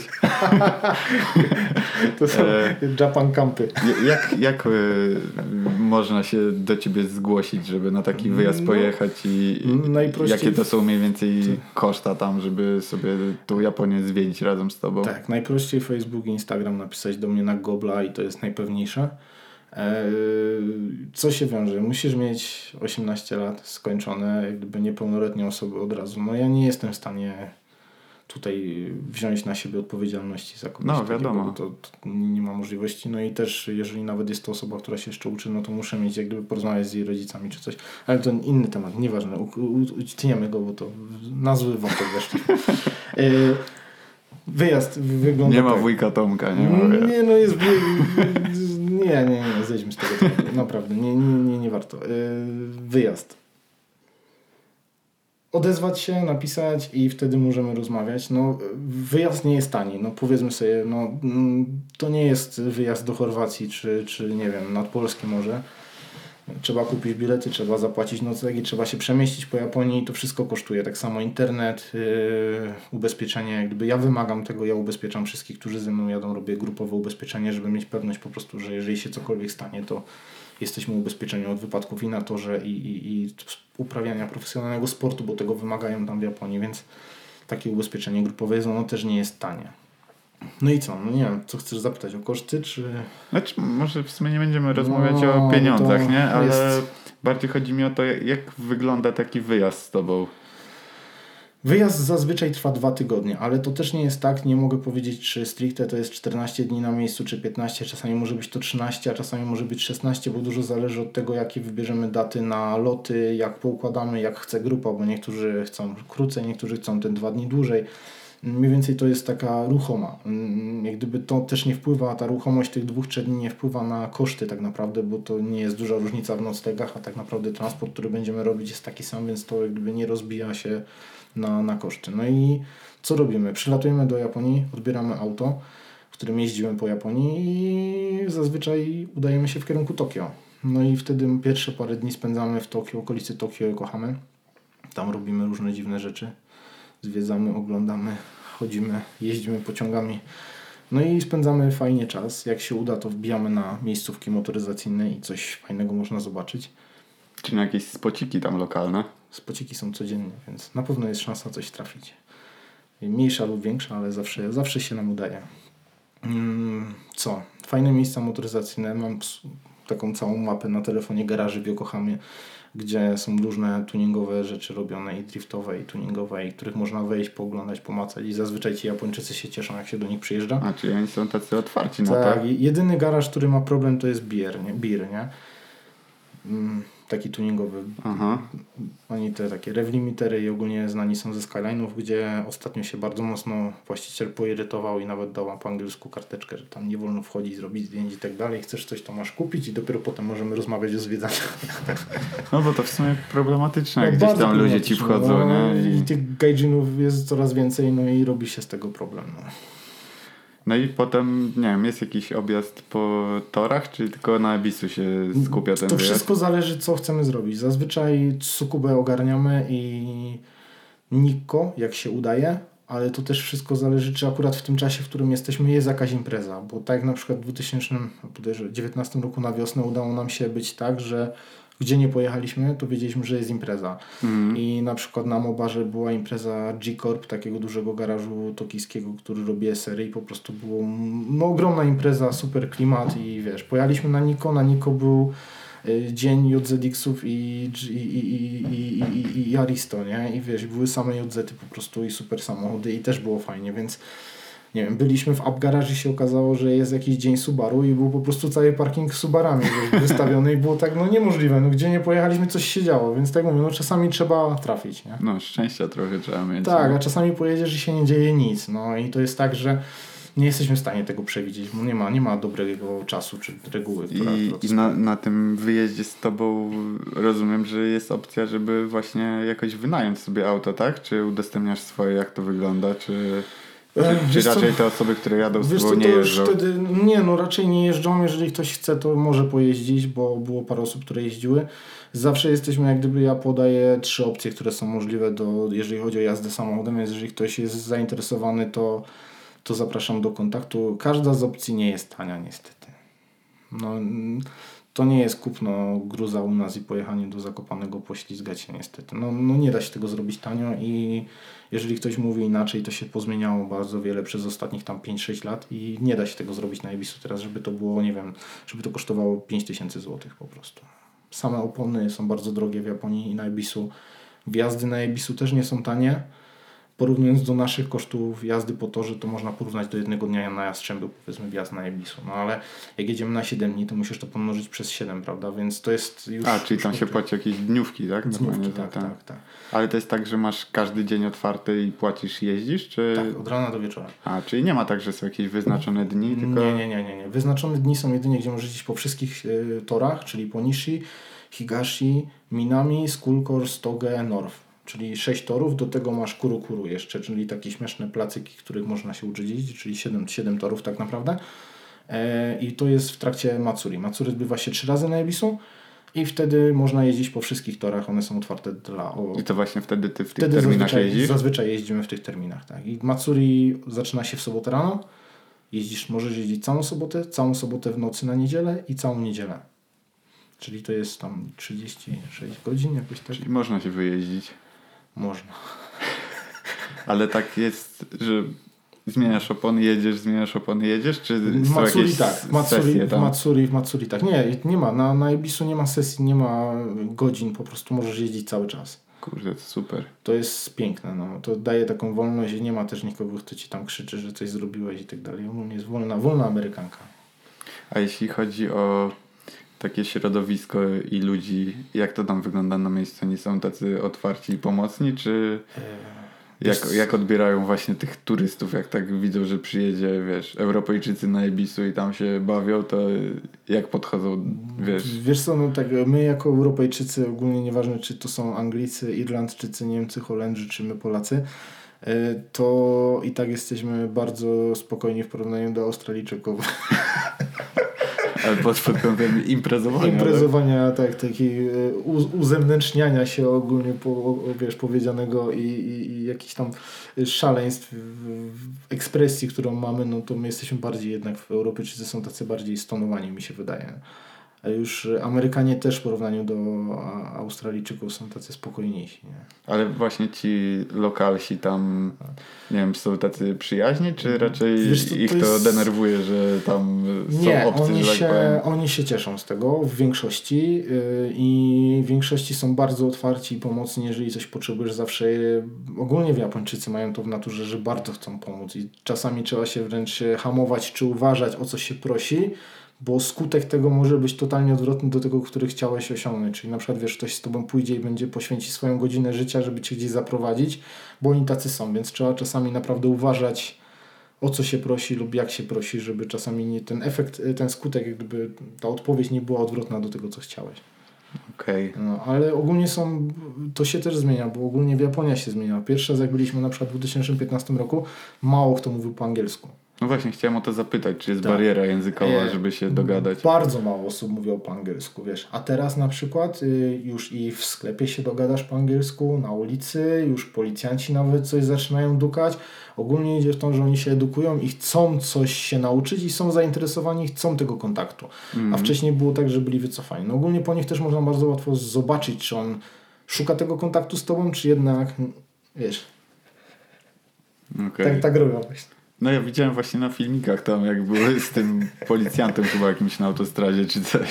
To są e, Japan Campy. Jak, jak y, można się do ciebie zgłosić, żeby na taki wyjazd no, pojechać i jakie to są mniej więcej koszta tam, żeby sobie tą Japonię zwiedzić razem z tobą? Tak, najprościej Facebook i Instagram napisać do mnie na Gobla i to jest najpewniejsze. E, co się wiąże? Musisz mieć osiemnaście lat skończone, jak gdyby niepełnoletnie osoby od razu. No ja nie jestem w stanie tutaj wziąć na siebie odpowiedzialności za kogoś. No wiadomo. To, to nie ma możliwości. No i też jeżeli nawet jest to osoba, która się jeszcze uczy, no to muszę mieć jak gdyby porozmawiać z jej rodzicami czy coś. Ale to inny temat, nieważne. Uctniemy go, bo to na zły wątek weszli. Wyjazd wygląda Nie ma tak. wujka Tomka, nie ma. Nie, no jest... Nie, nie, nie, zejdźmy z tego tematu. Naprawdę, nie, nie, nie, nie warto. Wyjazd. odezwać się, napisać i wtedy możemy rozmawiać. No, wyjazd nie jest tani. No, powiedzmy sobie, no, to nie jest wyjazd do Chorwacji czy, czy nie wiem, nad Polskie może. Trzeba kupić bilety, trzeba zapłacić noclegi, trzeba się przemieścić po Japonii. To wszystko kosztuje. Tak samo internet, yy, ubezpieczenie. Jak gdyby ja wymagam tego, ja ubezpieczam wszystkich, którzy ze mną jadą. Robię grupowe ubezpieczenie, żeby mieć pewność po prostu, że jeżeli się cokolwiek stanie, to jesteśmy ubezpieczeni od wypadków i na torze i, i, i uprawiania profesjonalnego sportu, bo tego wymagają tam w Japonii, więc takie ubezpieczenie grupowe jest, ono też nie jest tanie. No i co? No nie wiem, co chcesz zapytać o koszty, czy... Znaczy, może w sumie nie będziemy rozmawiać No, o pieniądzach, nie? Ale jest... bardziej chodzi mi o to, jak wygląda taki wyjazd z tobą. Wyjazd zazwyczaj trwa dwa tygodnie, ale to też nie jest tak, nie mogę powiedzieć, czy stricte to jest czternaście dni na miejscu, czy piętnaście, czasami może być to trzynaście, a czasami może być szesnaście, bo dużo zależy od tego, jakie wybierzemy daty na loty, jak poukładamy, jak chce grupa, bo niektórzy chcą krócej, niektórzy chcą te dwa dni dłużej. Mniej więcej to jest taka ruchoma. Jak gdyby to też nie wpływa, ta ruchomość tych dwóch, trzech dni nie wpływa na koszty tak naprawdę, bo to nie jest duża różnica w noclegach, a tak naprawdę transport, który będziemy robić jest taki sam, więc to jak gdyby nie rozbija się na, na koszty. No i co robimy? Przylatujemy do Japonii, odbieramy auto, w którym jeździmy po Japonii i zazwyczaj udajemy się w kierunku Tokio. No i wtedy pierwsze parę dni spędzamy w Tokio, okolicy Tokio, Yokohamy. Tam robimy różne dziwne rzeczy. Zwiedzamy, oglądamy, chodzimy, jeździmy pociągami. No i spędzamy fajnie czas. Jak się uda, to wbijamy na miejscówki motoryzacyjne i coś fajnego można zobaczyć. Czy na jakieś spociki tam lokalne? Spociki są codziennie, więc na pewno jest szansa coś trafić. Mniejsza lub większa, ale zawsze, zawsze się nam udaje. Co? Fajne miejsca motoryzacyjne. Mam taką całą mapę na telefonie garaży w Yokohamie, gdzie są różne tuningowe rzeczy robione i driftowe, i tuningowe, i których można wejść, pooglądać, pomacać i zazwyczaj ci Japończycy się cieszą, jak się do nich przyjeżdża. A, czyli oni są tacy otwarci na tak, to? Tak, jedyny garaż, który ma problem, to jest Beer, nie? Beer, nie? Mm, taki tuningowy. Aha. Oni te takie rewlimitery i ogólnie znani są ze Skyline'ów, gdzie ostatnio się bardzo mocno właściciel poirytował i nawet dał po angielsku karteczkę, że tam nie wolno wchodzić, zrobić zdjęć i tak dalej. Chcesz coś, to masz kupić i dopiero potem możemy rozmawiać o zwiedzaniu. No bo to w sumie problematyczne, No, jak gdzieś bardzo tam ludzie ci wchodzą, no, nie? I... I... I tych gaijinów jest coraz więcej, no i robi się z tego problem. No. No i potem, nie wiem, jest jakiś objazd po torach, czy tylko na Ebisu się skupia ten To wyjazd? wszystko zależy, co chcemy zrobić. Zazwyczaj Tsukubę ogarniamy i Nikko, jak się udaje, ale to też wszystko zależy, czy akurat w tym czasie, w którym jesteśmy, jest jakaś impreza. Bo tak jak na przykład w dwa tysiące dziewiętnastym roku na wiosnę udało nam się być tak, że gdzie nie pojechaliśmy, to wiedzieliśmy, że jest impreza. Mm. I na przykład na Mobarze była impreza G-Corp, takiego dużego garażu tokijskiego, który robi serii. Po prostu było no, ogromna impreza, super klimat i wiesz, pojechaliśmy na Nikko. Na Nikko był y, dzień J Z X-ów i, i, i, i, i, i, i Aristo, nie? I wiesz, były same J Z-y po prostu i super samochody i też było fajnie, więc nie wiem, byliśmy w Up Garage i się okazało, że jest jakiś dzień Subaru i był po prostu cały parking z Subarami wiesz, wystawiony i było tak no niemożliwe, no gdzie nie pojechaliśmy coś się działo, więc tak mówię, no czasami trzeba trafić, nie? No szczęścia trochę trzeba mieć. Tak, no. a czasami pojedziesz i się nie dzieje nic, no i to jest tak, że nie jesteśmy w stanie tego przewidzieć, bo nie ma, nie ma dobrego czasu czy reguły. Która, I, która i na, na tym wyjeździe z tobą rozumiem, że jest opcja, żeby właśnie jakoś wynająć sobie auto, tak? Czy udostępniasz swoje, jak to wygląda, czy... Czy, czy raczej te osoby, które jadą z tobą, nie jeżdżą? Wtedy, nie, no raczej nie jeżdżą. Jeżeli ktoś chce, to może pojeździć, bo było parę osób, które jeździły. Zawsze jesteśmy, jak gdyby ja podaję trzy opcje, które są możliwe, do, jeżeli chodzi o jazdę samochodem. Więc jeżeli ktoś jest zainteresowany, to, to zapraszam do kontaktu. Każda z opcji nie jest tania, niestety. No, to nie jest kupno gruza u nas i pojechanie do Zakopanego, poślizgać się niestety. No, no nie da się tego zrobić tanio i jeżeli ktoś mówi inaczej, to się pozmieniało bardzo wiele przez ostatnich tam pięć sześć lat i nie da się tego zrobić na Ebisu teraz, żeby to było, nie wiem, żeby to kosztowało pięć tysięcy złotych po prostu. Same opony są bardzo drogie w Japonii i na Ebisu. Wjazdy na Ebisu też nie są tanie. Porównując do naszych kosztów jazdy po torze, to można porównać do jednego dnia na Jastrzębiu, powiedzmy wjazd na Ebisu. No ale jak jedziemy na siedem dni, to musisz to pomnożyć przez siedem, prawda? Więc to jest już... A, czyli już tam się płaci jakieś dniówki, tak? Dniówki, tak, tak, tak, tak. Ale to jest tak, że masz każdy dzień otwarty i płacisz i jeździsz, czy... Tak, od rana do wieczora. A, czyli nie ma tak, że są jakieś wyznaczone dni, tylko... Nie, nie, nie, nie, nie. Wyznaczone dni są jedynie, gdzie możesz iść po wszystkich y, torach, czyli po Nishi, Higashi, Minami, Skull Course, Toge, North. czyli sześć torów, do tego masz kuru kuru jeszcze, czyli takie śmieszne placyki, których można się uczyć jeździć, czyli siedem, siedem torów tak naprawdę. E, I to jest w trakcie Matsuri. Matsuri odbywa się trzy razy na Ebisu i wtedy można jeździć po wszystkich torach, one są otwarte dla... O, I to właśnie wtedy ty w tych wtedy terminach zazwyczaj, jeździsz? zazwyczaj jeździmy w tych terminach, tak. I Matsuri zaczyna się w sobotę rano, jeździsz, możesz jeździć całą sobotę, całą sobotę w nocy na niedzielę i całą niedzielę. Czyli to jest tam trzydzieści sześć godzin jakoś tak. Czyli można się wyjeździć. Można. Ale tak jest, że zmieniasz opony, jedziesz, zmieniasz opony, jedziesz, czy W są Matsuri jakieś tak, w Matsuri, sesje w tam? Matsuri, w Matsuri tak. Nie, nie ma. Na, na Ebisu nie ma sesji, nie ma godzin, po prostu możesz jeździć cały czas. Kurde, to super. To jest piękne, no. To daje taką wolność i nie ma też nikogo, kto ci tam krzyczy, że coś zrobiłeś i tak dalej. Ogólnie jest wolna, wolna Amerykanka. A jeśli chodzi o takie środowisko i ludzi, jak to tam wygląda na miejscu? Oni są tacy otwarci i pomocni, czy jak, Jest- jak odbierają właśnie tych turystów, jak tak widzą, że przyjedzie, wiesz, Europejczycy na Ebisu i tam się bawią, to jak podchodzą, wiesz? Wiesz co, no tak, my jako Europejczycy, ogólnie nieważne czy to są Anglicy, Irlandczycy, Niemcy, Holendrzy, czy my Polacy, y, to i tak jesteśmy bardzo spokojni w porównaniu do Australijczyków. Ale pod, pod kątem imprezowania. Imprezowania, tak, takiej y, u- uzewnętrzniania się ogólnie po, wiesz, powiedzianego i, i, i jakichś tam szaleństw w, w ekspresji, którą mamy, no to my jesteśmy bardziej jednak, w Europejczycy są tacy bardziej stonowani, mi się wydaje. A już Amerykanie też w porównaniu do a, Australijczyków są tacy spokojniejsi. Nie? Ale właśnie ci lokalsi tam, nie wiem, są tacy przyjaźni, czy raczej Wiesz co, to ich to jest- denerwuje, że tam są Nie, obcy, oni że tak się, powiem? oni się cieszą z tego w większości yy, i w większości są bardzo otwarci i pomocni, jeżeli coś potrzebujesz zawsze. Yy, ogólnie Japończycy mają to w naturze, że bardzo chcą pomóc i czasami trzeba się wręcz hamować czy uważać, o co się prosi, bo skutek tego może być totalnie odwrotny do tego, który chciałeś osiągnąć. Czyli na przykład wiesz, ktoś z tobą pójdzie i będzie poświęcić swoją godzinę życia, żeby cię gdzieś zaprowadzić, bo oni tacy są, więc trzeba czasami naprawdę uważać, o co się prosi lub jak się prosi, żeby czasami nie, ten efekt, ten skutek, jak gdyby ta odpowiedź nie była odwrotna do tego, co chciałeś. Okej. No, ale ogólnie są, to się też zmienia, bo ogólnie w Japonia się zmienia. Pierwszy raz jak byliśmy na przykład w dwa tysiące piętnastym roku, mało kto mówił po angielsku. No właśnie, chciałem o to zapytać, czy jest Tak. bariera językowa, E, żeby się dogadać? Bardzo mało osób mówiło po angielsku, wiesz. A teraz na przykład y, już i w sklepie się dogadasz po angielsku, na ulicy, już policjanci nawet coś zaczynają dukać. Ogólnie idzie w to, że oni się edukują i chcą coś się nauczyć i są zainteresowani, chcą tego kontaktu. A wcześniej było tak, że byli wycofani. No ogólnie po nich też można bardzo łatwo zobaczyć, czy on szuka tego kontaktu z tobą, czy jednak, wiesz, Okej. tak, tak robią właśnie. No ja widziałem właśnie na filmikach tam, jak były z tym policjantem chyba jakimś na autostradzie czy coś.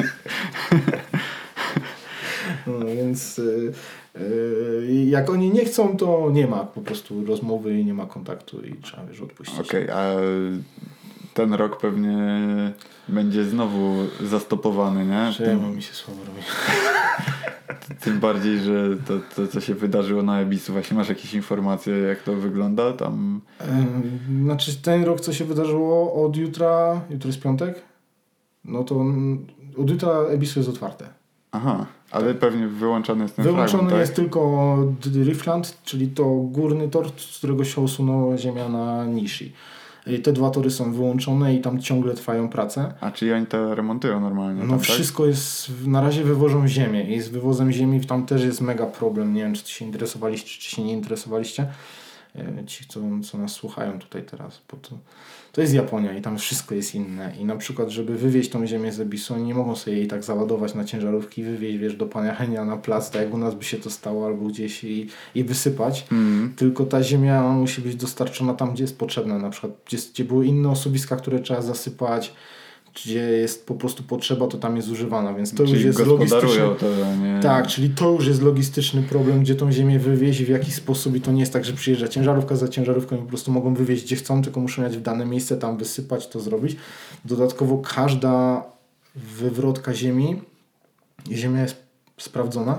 No, więc y, y, jak oni nie chcą, to nie ma po prostu rozmowy i nie ma kontaktu i trzeba, wiesz, odpuścić. Okej, a ten rok pewnie będzie znowu zastopowany, nie? Czemu Tym, mi się słabo robi? tym bardziej, że to, to co się wydarzyło na Ebisu, właśnie masz jakieś informacje, jak to wygląda tam? Ym, Znaczy ten rok, co się wydarzyło od jutra, jutro jest piątek, no to mm, od jutra Ebisu jest otwarte. Aha, ale pewnie wyłączony jest ten Wyłączony fragment, tak? jest tylko Driftland, czyli to górny tor, z którego się usunęła ziemia na Nishi. I te dwa tory są wyłączone i tam ciągle trwają prace. A czyli oni to remontują normalnie? No tam, tak? wszystko jest, na razie wywożą ziemię i z wywozem ziemi tam też jest mega problem. Nie wiem, czy się interesowaliście, czy się nie interesowaliście. E, Ci, co, co nas słuchają tutaj teraz. Bo to, to jest Japonia i tam wszystko jest inne. I na przykład, żeby wywieźć tą ziemię z Ebisu, oni nie mogą sobie jej tak załadować na ciężarówki i wywieźć, wiesz, do Pana Henia na plac, tak jak u nas by się to stało, albo gdzieś i, i wysypać. Mm. Tylko ta ziemia musi być dostarczona tam, gdzie jest potrzebna. Na przykład, gdzie, gdzie były inne osuwiska, które trzeba zasypać, gdzie jest po prostu potrzeba, to tam jest używana, więc to Czyli już jest gospodarują logistyczny. to, nie? Tak, czyli to już jest logistyczny problem, gdzie tą ziemię wywieźć i w jaki sposób, i to nie jest tak, że przyjeżdża ciężarówka za ciężarówką i po prostu mogą wywieźć gdzie chcą, tylko muszą jechać w dane miejsce, tam wysypać, to zrobić. Dodatkowo każda wywrotka ziemi, ziemia jest sprawdzona,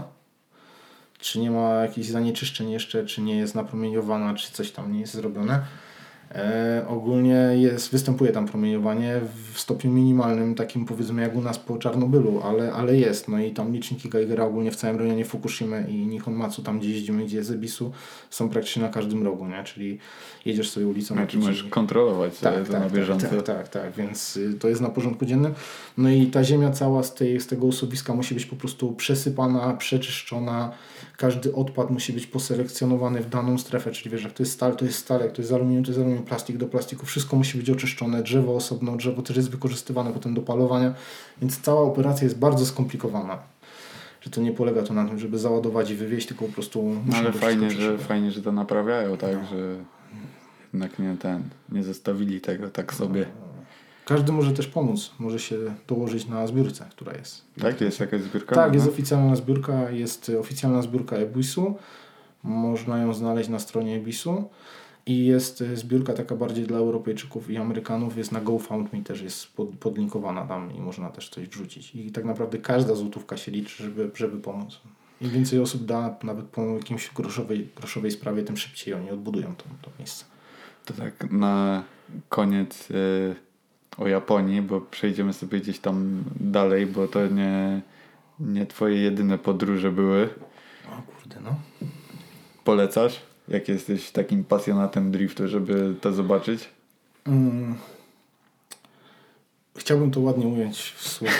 czy nie ma jakichś zanieczyszczeń jeszcze, czy nie jest napromieniowana, czy coś tam nie jest zrobione. E, ogólnie jest, występuje tam promieniowanie w stopniu minimalnym, takim powiedzmy jak u nas po Czarnobylu, ale, ale jest. No i tam liczniki Geigera ogólnie w całym rejonie Fukushimy i Nihonmatsu, tam gdzie jeździmy, gdzie jest Ebisu, są praktycznie na każdym rogu, nie? Czyli jedziesz sobie ulicą. Znaczy możesz kontrolować sobie tak, to tak, na bieżąco. Tak, tak, tak, więc y, to jest na porządku dziennym. No i ta ziemia cała z, tej, z tego usuwiska musi być po prostu przesypana, przeczyszczona. Każdy odpad musi być poselekcjonowany w daną strefę, czyli wiesz, jak to jest stal, to jest stal, jak to jest aluminium, to jest aluminium, plastik do plastiku, wszystko musi być oczyszczone, drzewo osobno, drzewo też jest wykorzystywane potem do palowania, więc cała operacja jest bardzo skomplikowana. Że to nie polega to na tym, żeby załadować i wywieźć, tylko po prostu... No ale fajnie że, że, fajnie, że to naprawiają, tak, no. Że jednak nie ten, nie zostawili tego tak sobie. Każdy może też pomóc, może się dołożyć na zbiórce, która jest. Tak? Jest jakaś zbiórka? Tak, no? jest oficjalna zbiórka, jest oficjalna zbiórka Ebisu. Można ją znaleźć na stronie Ebisu. I jest zbiórka taka bardziej dla Europejczyków i Amerykanów, jest na GoFundMe, też jest pod, podlinkowana tam i można też coś wrzucić. I tak naprawdę każda złotówka się liczy, żeby, żeby pomóc. Im więcej osób da, nawet po jakimś groszowej, groszowej sprawie, tym szybciej oni odbudują to, to miejsce. To tak na koniec yy, o Japonii, bo przejdziemy sobie gdzieś tam dalej, bo to nie, nie twoje jedyne podróże były. O kurde, no. Polecasz? Jak jesteś takim pasjonatem driftu, żeby to zobaczyć? Hmm. Chciałbym to ładnie ująć w słowa.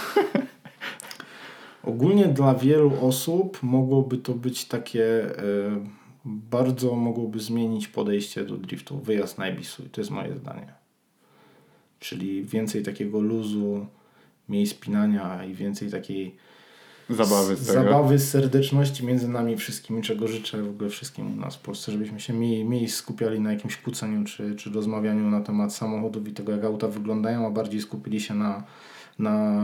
Ogólnie dla wielu osób mogłoby to być takie... Yy, bardzo mogłoby zmienić podejście do driftu, wyjazd na Ebisu i to jest moje zdanie. Czyli więcej takiego luzu, miejsc spinania i więcej takiej zabawy, z tego. zabawy, serdeczności między nami wszystkimi, czego życzę w ogóle wszystkim u nas w Polsce, żebyśmy się mniej, mniej skupiali na jakimś kłóceniu czy, czy rozmawianiu na temat samochodów i tego, jak auta wyglądają, a bardziej skupili się na, na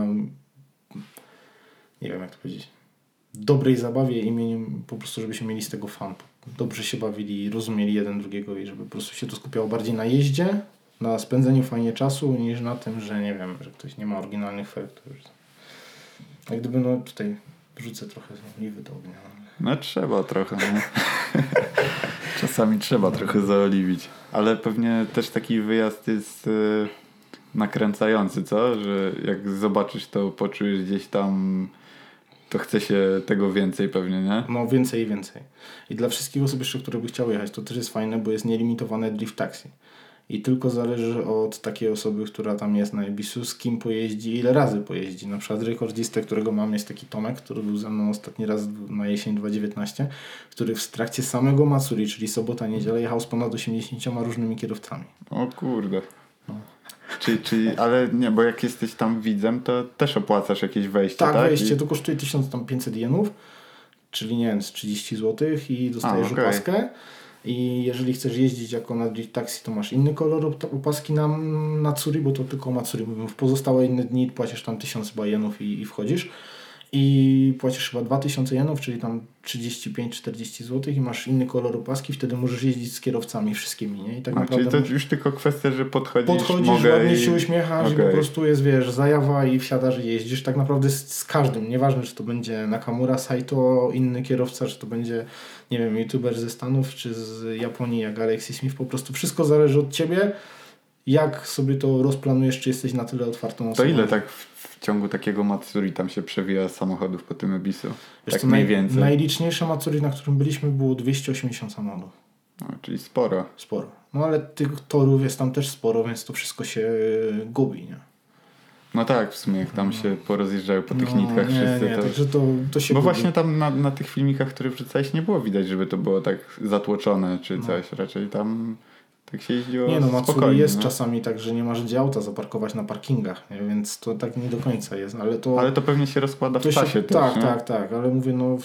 nie wiem jak to powiedzieć, dobrej zabawie i imieniem, po prostu żebyśmy mieli z tego fan. Dobrze się bawili, rozumieli jeden drugiego i żeby po prostu się to skupiało bardziej na jeździe, na spędzeniu fajnie czasu, niż na tym, że nie wiem, że ktoś nie ma oryginalnych efektów. Jak gdyby, no tutaj wrzucę trochę oliwy do ognia. No trzeba trochę, no. Czasami trzeba no. trochę zaoliwić. Ale pewnie też taki wyjazd jest yy, nakręcający, co? Że jak zobaczysz to, poczujesz gdzieś tam, to chce się tego więcej pewnie, nie? No więcej i więcej. I dla wszystkich osób jeszcze, które by chciały jechać, to też jest fajne, bo jest nielimitowane drift taxi. I tylko zależy od takiej osoby, która tam jest na Ebisu, z kim pojeździ, ile razy pojeździ. Na przykład rekordzistę, którego mam, jest taki Tomek, który był ze mną ostatni raz na jesień dwa tysiące dziewiętnaście, który w trakcie samego Matsuri, czyli sobota, niedziela, jechał z ponad osiemdziesięcioma różnymi kierowcami. O kurde. No. Czyli, czyli, ale nie, bo jak jesteś tam widzem, to też opłacasz jakieś wejście, tak? Tak, wejście I... to kosztuje tysiąc pięćset jenów, czyli nie wiem, z trzydzieści złotych i dostajesz A, okay. opaskę. I jeżeli chcesz jeździć jako na drift taxi, to masz inny kolor opaski na Matsuri, bo to tylko o Matsuri mówimy. W pozostałe inne dni płacisz tam tysiąc chyba jenów i, i wchodzisz. I płacisz chyba dwa tysiące jenów, czyli tam trzydzieści pięć czterdzieści złotych i masz inny kolor opaski, wtedy możesz jeździć z kierowcami wszystkimi, nie? I tak A, naprawdę czyli to już tylko kwestia, że podchodzisz, podchodzisz, mogę ładnie i... się uśmiechasz okay. i po prostu jest, wiesz, zajawa i wsiadasz i jeździsz. Tak naprawdę z, z każdym, nieważne czy to będzie Nakamura, Saito, inny kierowca, czy to będzie, nie wiem, youtuber ze Stanów, czy z Japonii, jak Alexis Smith, po prostu wszystko zależy od ciebie, jak sobie to rozplanujesz, czy jesteś na tyle otwartą osobą. To ile tak w ciągu takiego Matsuri tam się przewija samochodów po tym Ebisu? Wiesz, tak to mniej naj, więcej. Najliczniejsze Matsuri, na którym byliśmy, było dwieście osiemdziesiąt samochodów. No, czyli sporo. Sporo. No ale tych torów jest tam też sporo, więc to wszystko się gubi, nie? No tak, w sumie jak tam no. się porozjeżdżają po tych no, nitkach nie, wszyscy. Nie, to... także to, to się Bo gubi. właśnie tam na, na tych filmikach, które wrzucałeś, nie było widać, żeby to było tak zatłoczone czy no. coś. Raczej tam tak się jeździło Nie no, Matsuri jest no. czasami tak, że nie masz gdzie auta zaparkować na parkingach, nie? Więc to tak nie do końca jest. Ale to, ale to pewnie się rozkłada w to czasie się, też, Tak, nie? tak, tak, ale mówię, no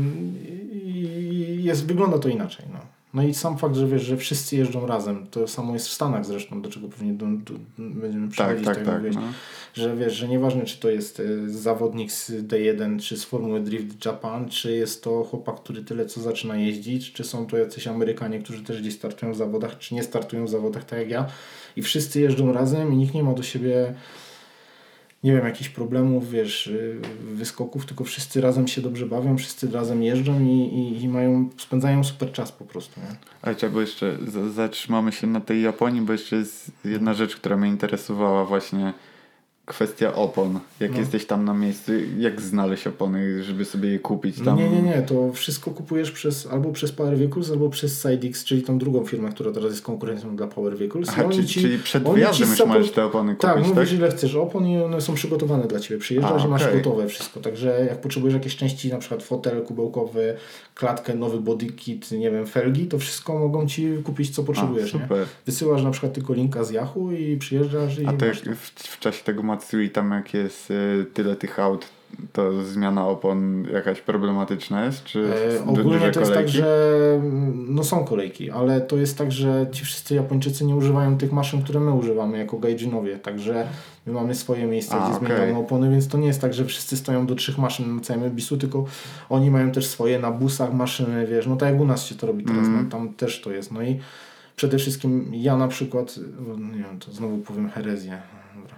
jest, wygląda to inaczej, no. No i sam fakt, że wiesz, że wszyscy jeżdżą razem, to samo jest w Stanach zresztą, do czego pewnie do, do, będziemy przechodzić, tak, tak, tak, tak mówić, no. że wiesz, że nieważne czy to jest y, zawodnik z D jeden, czy z Formuły Drift Japan, czy jest to chłopak, który tyle co zaczyna jeździć, czy są to jacyś Amerykanie, którzy też gdzieś startują w zawodach, czy nie startują w zawodach tak jak ja i wszyscy jeżdżą razem i nikt nie ma do siebie nie wiem, jakichś problemów, wiesz, wyskoków, tylko wszyscy razem się dobrze bawią, wszyscy razem jeżdżą i, i, i mają, spędzają super czas po prostu. Nie? Ale czego jeszcze z- zatrzymamy się na tej Japonii, bo jeszcze jest jedna rzecz, która mnie interesowała właśnie. Kwestia opon. Jak No. jesteś tam na miejscu, jak znaleźć opony, żeby sobie je kupić tam? Nie, nie, nie. To wszystko kupujesz przez albo przez Power Vehicles, albo przez SideX, czyli tą drugą firmę, która teraz jest konkurencją dla Power Vehicles. Aha, I oni czyli, ci, czyli przed oni wyjazdem ci już support- możesz te opony kupić, Tak, tak? mówisz ile chcesz opon i one są przygotowane dla Ciebie. Przyjeżdżasz A, i masz okej. gotowe wszystko. Także jak potrzebujesz jakieś części, na przykład fotel kubełkowy, klatkę, nowy body kit, nie wiem, felgi, to wszystko mogą Ci kupić, co potrzebujesz. A, nie? super. Wysyłasz na przykład tylko linka z Yahoo i przyjeżdżasz i A to masz jak to. w, w czasie tego Matsui tam jak jest y, tyle tych aut, to zmiana opon jakaś problematyczna jest? Czy E, du- ogólnie duże to jest tak, kolejki? że mm, no są kolejki, ale to jest tak, że ci wszyscy Japończycy nie używają tych maszyn, które my używamy jako gaijinowie, także my mamy swoje miejsca, A, gdzie okej. zmieniamy opony, więc to nie jest tak, że wszyscy stoją do trzech maszyn na całym Ebisu, tylko oni mają też swoje na busach maszyny, wiesz, no tak jak u nas się to robi teraz, Mhm. no, tam też to jest, no i przede wszystkim ja na przykład, nie wiem, to znowu powiem herezję, dobra.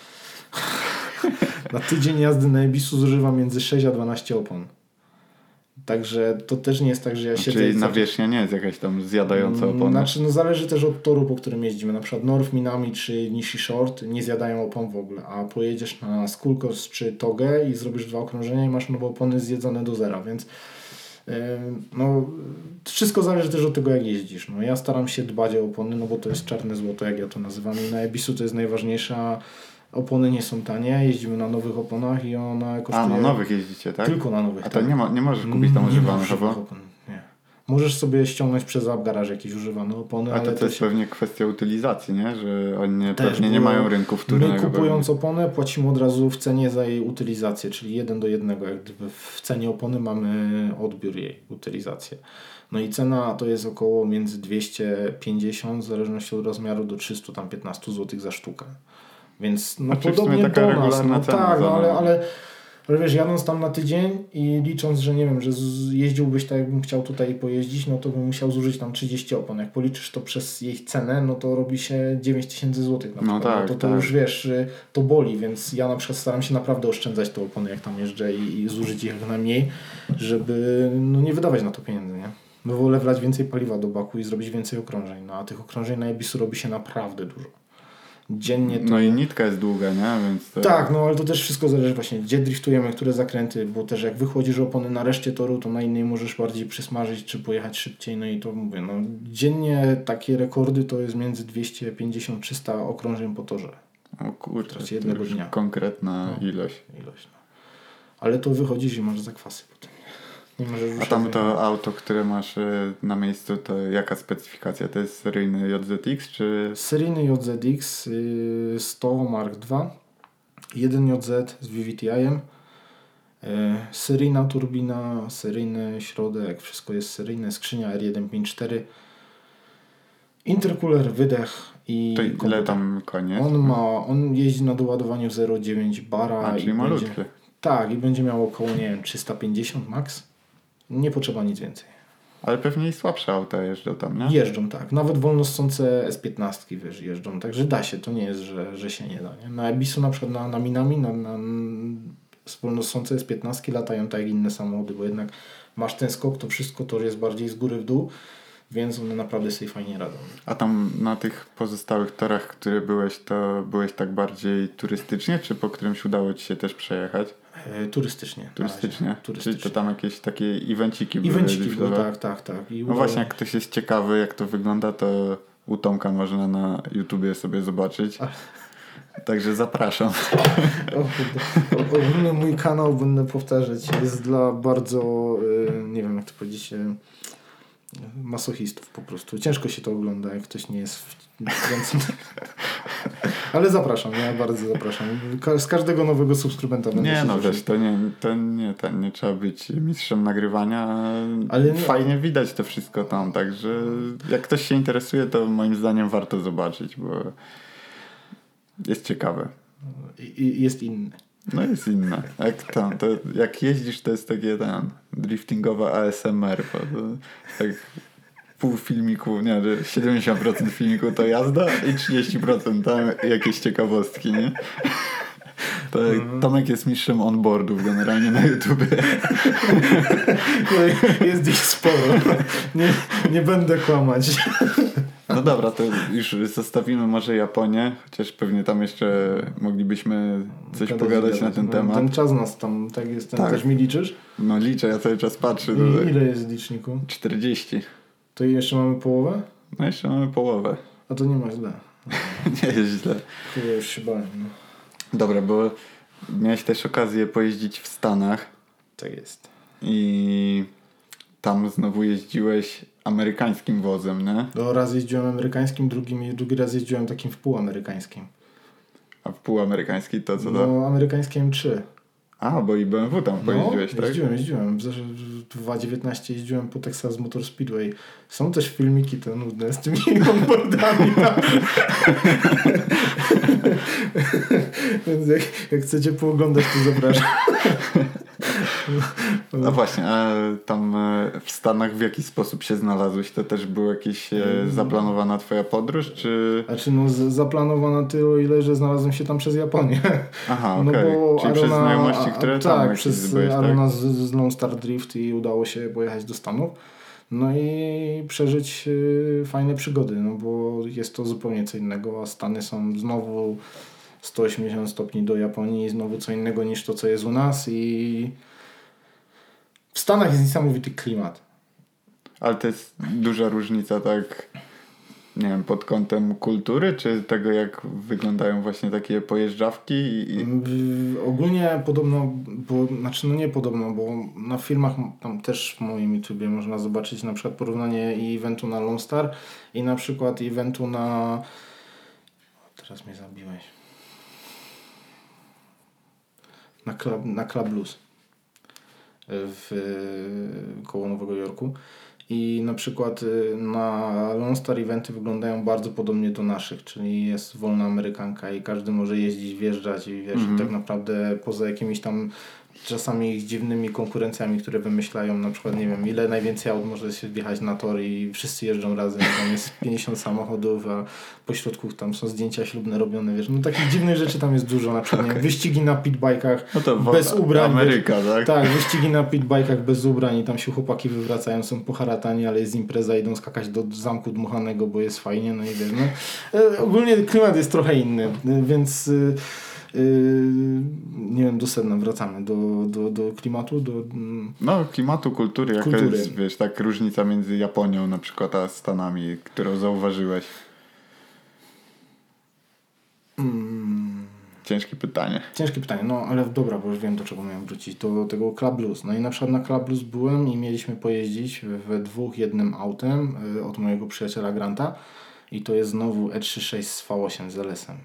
Na tydzień jazdy na Ebisu zużywam między sześć a dwanaście opon. Także to też nie jest tak, że ja siedzę Czyli i cały- nawierzchnia nie jest jakaś tam zjadająca opony? Znaczy, no zależy też od toru, po którym jeździmy. Na przykład North Minami czy Nishi Short nie zjadają opon w ogóle, a pojedziesz na Skulkos czy Togę i zrobisz dwa okrążenia i masz nowe opony zjedzone do zera, więc yy, no wszystko zależy też od tego, jak jeździsz. No, ja staram się dbać o opony, no bo to jest czarne złoto, jak ja to nazywam, i na Ebisu to jest najważniejsza. Opony nie są tanie, jeździmy na nowych oponach i ona kosztuje... A, na nowych jeździcie, tak? Tylko na nowych, A to tak. nie, ma, nie możesz kupić tam Nie używanych ma opon? opon, nie. Możesz sobie ściągnąć przez app garaż jakieś używane opony, A to, ale to jest się... pewnie kwestia utylizacji, nie? Że oni nie, Też pewnie nie było- mają rynku wtórnego. My kupując oponę płacimy od razu w cenie za jej utylizację, czyli jeden do jednego. Jak gdyby w cenie opony mamy odbiór jej, utylizację. No i cena to jest około między dwieście pięćdziesiąt w zależności od rozmiaru do trzysta piętnaście złotych za sztukę. Więc no A czyli w sumie podobnie taka do nas. regularna No cena tak, za no ale, nowe. ale, ale wiesz, jadąc tam na tydzień i licząc, że nie wiem, że z- jeździłbyś tak jakbym chciał tutaj pojeździć, no to bym musiał zużyć tam trzydzieści opon. Jak policzysz to przez jej cenę, no to robi się dziewięć tysięcy złotych na No przykład. tak, to, to tak. już wiesz, y, to boli, więc ja na przykład staram się naprawdę oszczędzać te opony, jak tam jeżdżę i, i zużyć ich jak najmniej, żeby no, nie wydawać na to pieniędzy, nie? Bo wolę wlać więcej paliwa do baku i zrobić więcej okrążeń, no a tych okrążeń na Ebisu robi się naprawdę dużo. Dziennie to... No i nitka jest długa, nie? Więc to... Tak, no ale to też wszystko zależy właśnie, gdzie driftujemy, które zakręty, bo też jak wychodzisz opony na reszcie toru, to na innej możesz bardziej przysmażyć, czy pojechać szybciej, no i to mówię, no dziennie takie rekordy to jest między dwieście pięćdziesiąt do trzysta okrążeń po torze. O kurczę, trakcie to jednego już dnia. konkretna No. ilość. Ilość, no. Ale to wychodzisz i masz zakwasy potem. Nie możesz A ruszać. tam to auto, które masz y, na miejscu, to jaka specyfikacja? To jest seryjny J Z X, czy... Seryjny J Z X y, sto Mark dwa, jeden J Z z V V T I-em, y, seryjna turbina, seryjny środek, wszystko jest seryjne, skrzynia R jeden pięć cztery, intercooler, wydech i To ile komputer. tam konie? On ma, on jeździ na doładowaniu zero przecinek dziewięć bara. A, i czyli malutkie. będzie, tak, i będzie miał około, nie wiem, trzysta pięćdziesiąt max. Nie potrzeba nic więcej. Ale pewnie i słabsze auta jeżdżą tam, nie? Jeżdżą, tak. Nawet wolnossące S piętnaście wiesz, jeżdżą. Także da się. To nie jest, że, że się nie da. Nie? Na Ebisu na przykład na, na Minami, na, na wolnossące S piętnaście latają tak jak inne samochody, bo jednak masz ten skok, to wszystko to jest bardziej z góry w dół, więc one naprawdę sobie fajnie radzą. A tam na tych pozostałych torach, które byłeś, to byłeś tak bardziej turystycznie, czy po którymś udało ci się też przejechać? E, turystycznie. na Turystycznie? razie. Turystycznie. Czyli to tam jakieś takie evenciki były? Evenciki były, driftowe? tak, tak, tak. I No udało- właśnie, jak ktoś jest ciekawy, jak to wygląda, to u Tomka można na YouTubie sobie zobaczyć. Także zapraszam. O, kurde. Ogólnie mój kanał, będę powtarzać, jest dla bardzo, y, nie wiem jak to powiedzieć, y, masochistów po prostu. Ciężko się to ogląda, jak ktoś nie jest wkręcony. Ale zapraszam, ja bardzo zapraszam. Ka- Z każdego nowego subskrybenta będę Nie się no, cieszył. wiesz, to nie, to nie, to nie trzeba być mistrzem nagrywania. Ale Ale nie- fajnie widać to wszystko tam, także jak ktoś się interesuje, to moim zdaniem warto zobaczyć, bo jest ciekawe. I, i jest inny. No jest inne. Jak tam, to jak jeździsz, to jest takie ten driftingowe A S M R, bo to tak pół filmiku, nie, że siedemdziesiąt procent filmiku to jazda i trzydzieści procent tam jakieś ciekawostki, nie? To Tomek jest mistrzem onboardów generalnie na YouTubie. No, jest ich sporo. Nie, nie będę kłamać. No dobra, to już zostawimy może Japonię, chociaż pewnie tam jeszcze moglibyśmy coś Gadać, pogadać gadać. na ten No, temat. ten czas nas tam, tak jest, ten Tak. też mi liczysz? No liczę, ja cały czas patrzę. I, Tutaj. ile jest w liczniku? czterdzieści. To jeszcze mamy połowę? No jeszcze mamy połowę. A to nie ma źle. Nie jest źle. Chyba już się bałem. No. Dobra, bo miałeś też okazję pojeździć w Stanach Tak jest. i tam znowu jeździłeś amerykańskim wozem, nie? No, raz jeździłem amerykańskim, drugi, drugi raz jeździłem takim wpółamerykańskim. A w półamerykański to co to? No, amerykańskie M trzy. A, bo i B M W tam pojeździłeś, no, tak? jeździłem, jeździłem. W dwa tysiące dziewiętnastym jeździłem po Texas Motor Speedway. Są też filmiki te nudne z tymi onboardami. Więc jak, jak chcecie pooglądać, to zapraszam. A właśnie, a tam e, w Stanach w jaki sposób się znalazłeś? To też była jakaś e, zaplanowana twoja podróż, czy... Znaczy no z, zaplanowana tyle, o ile, że znalazłem się tam przez Japonię. Aha, No okej. bo Czyli przez Arona- znajomości, które a, tam tak, jakieś przez zdobyłeś, tak? Arona z, z Lone Star Drift i udało się pojechać do Stanów. No i przeżyć y, fajne przygody, no bo jest to zupełnie co innego, a Stany są znowu sto osiemdziesiąt stopni do Japonii, znowu co innego niż to, co jest u nas i w Stanach jest niesamowity klimat. Ale to jest duża różnica, tak, nie wiem, pod kątem kultury, czy tego, jak wyglądają właśnie takie pojeżdżawki? I... W, ogólnie podobno, bo, znaczy no nie podobno, bo na filmach tam też w moim YouTubie można zobaczyć na przykład porównanie i eventu na Lone Star i na przykład eventu na... Teraz mnie zabiłeś. Na Club, na Club Blues w, koło Nowego Jorku. I na przykład na Lone Star eventy wyglądają bardzo podobnie do naszych, czyli jest wolna amerykanka i każdy może jeździć, wjeżdżać i wiesz, Mhm. tak naprawdę poza jakimiś tam czasami ich dziwnymi konkurencjami, które wymyślają, na przykład nie wiem, ile najwięcej aut może się wjechać na tor i wszyscy jeżdżą razem, tam jest pięćdziesiąt samochodów, a po środku tam są zdjęcia ślubne robione, wiesz, no takich dziwnych rzeczy tam jest dużo, na przykład okay. wyścigi na pitbajkach no to bez ubrań. Ameryka, wiesz, tak? Tak, wyścigi na pitbajkach bez ubrań i tam się chłopaki wywracają, są poharatani, ale jest impreza, idą skakać do zamku dmuchanego, bo jest fajnie, no i wiesz, no. E, ogólnie klimat jest trochę inny, więc y, Yy, nie wiem, do sedna wracamy, do, do, do klimatu, do... No, klimatu, kultury, jaka kultury. jest, wiesz, tak różnica między Japonią na przykład, a Stanami, którą zauważyłeś? Mm. Ciężkie pytanie. Ciężkie pytanie, no ale dobra, bo już wiem, do czego miałem wrócić, do tego Club Blues. No i na przykład na Club Blues byłem i mieliśmy pojeździć we dwóch jednym autem yy, od mojego przyjaciela Granta i to jest znowu E trzydzieści sześć z V osiem z L S-em.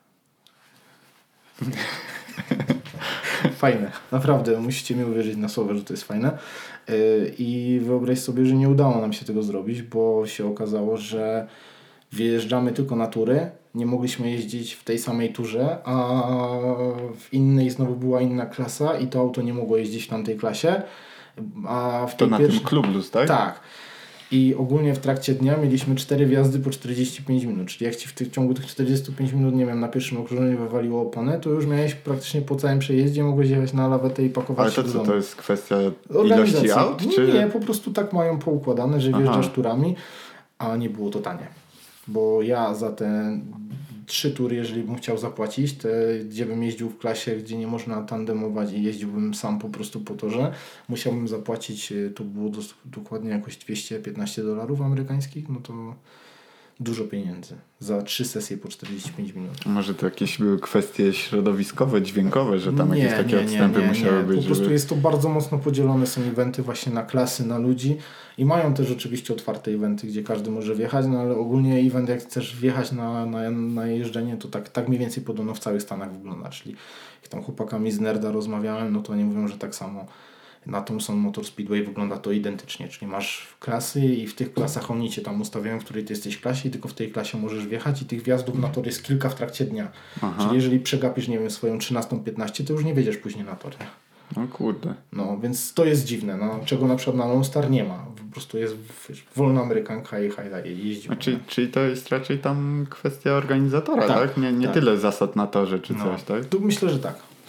Fajne, naprawdę, musicie mi uwierzyć na słowo, że to jest fajne. Yy, I wyobraź sobie, że nie udało nam się tego zrobić, bo się okazało, że wjeżdżamy tylko na tury, nie mogliśmy jeździć w tej samej turze, a w innej znowu była inna klasa i to auto nie mogło jeździć w tamtej klasie. A w to tej na pierwszej... tym Club Blues, tak? Tak. I ogólnie w trakcie dnia mieliśmy cztery wjazdy po czterdzieści pięć minut, czyli jak Ci w tych, ciągu tych czterdziestu pięciu minut, nie wiem, na pierwszym okrążeniu wywaliło oponę, to już miałeś praktycznie po całym przejeździe, mogłeś jechać na lawetę i pakować Ale się to do co, domu. to jest kwestia Organizacja. ilości aut? Nie, Czy... nie, po prostu tak mają poukładane, że wjeżdżasz Aha. turami, a nie było to tanie. Bo ja za te trzy tury, jeżeli bym chciał zapłacić, te, gdzie bym jeździł w klasie, gdzie nie można tandemować i jeździłbym sam po prostu po torze, musiałbym zapłacić, to było dos- dokładnie jakoś dwieście piętnaście dolarów amerykańskich, no to dużo pieniędzy za trzy sesje po czterdzieści pięć minut. Może to jakieś były kwestie środowiskowe, dźwiękowe, że tam Nie, jakieś takie nie, nie, odstępy nie, musiały nie. być. Po prostu żeby... jest to bardzo mocno podzielone, są eventy właśnie na klasy, na ludzi i mają też oczywiście otwarte eventy, gdzie każdy może wjechać, no ale ogólnie event, jak chcesz wjechać na, na, na jeżdżenie, to tak, tak mniej więcej podobno w całych Stanach wygląda, czyli jak tam chłopakami z Nerda rozmawiałem, no to oni mówią, że tak samo na Thompson Motor Speedway wygląda to identycznie, czyli masz klasy i w tych klasach oni Cię tam ustawiają, w której Ty jesteś w klasie i tylko w tej klasie możesz wjechać i tych wjazdów na tor jest kilka w trakcie dnia. Aha. Czyli jeżeli przegapisz, nie wiem, swoją trzynastą piętnaście, to już nie wiedziesz później na tor. Nie? No kurde. No, więc to jest dziwne, no, czego na przykład na Lone Star nie ma. Po prostu jest wiesz, wolna amerykanka i hajda jeździ. A czyli, czyli to jest raczej tam kwestia organizatora, tak? Tak, Nie, nie tak. tyle zasad na torze czy No, coś, tak? tu myślę, że tak.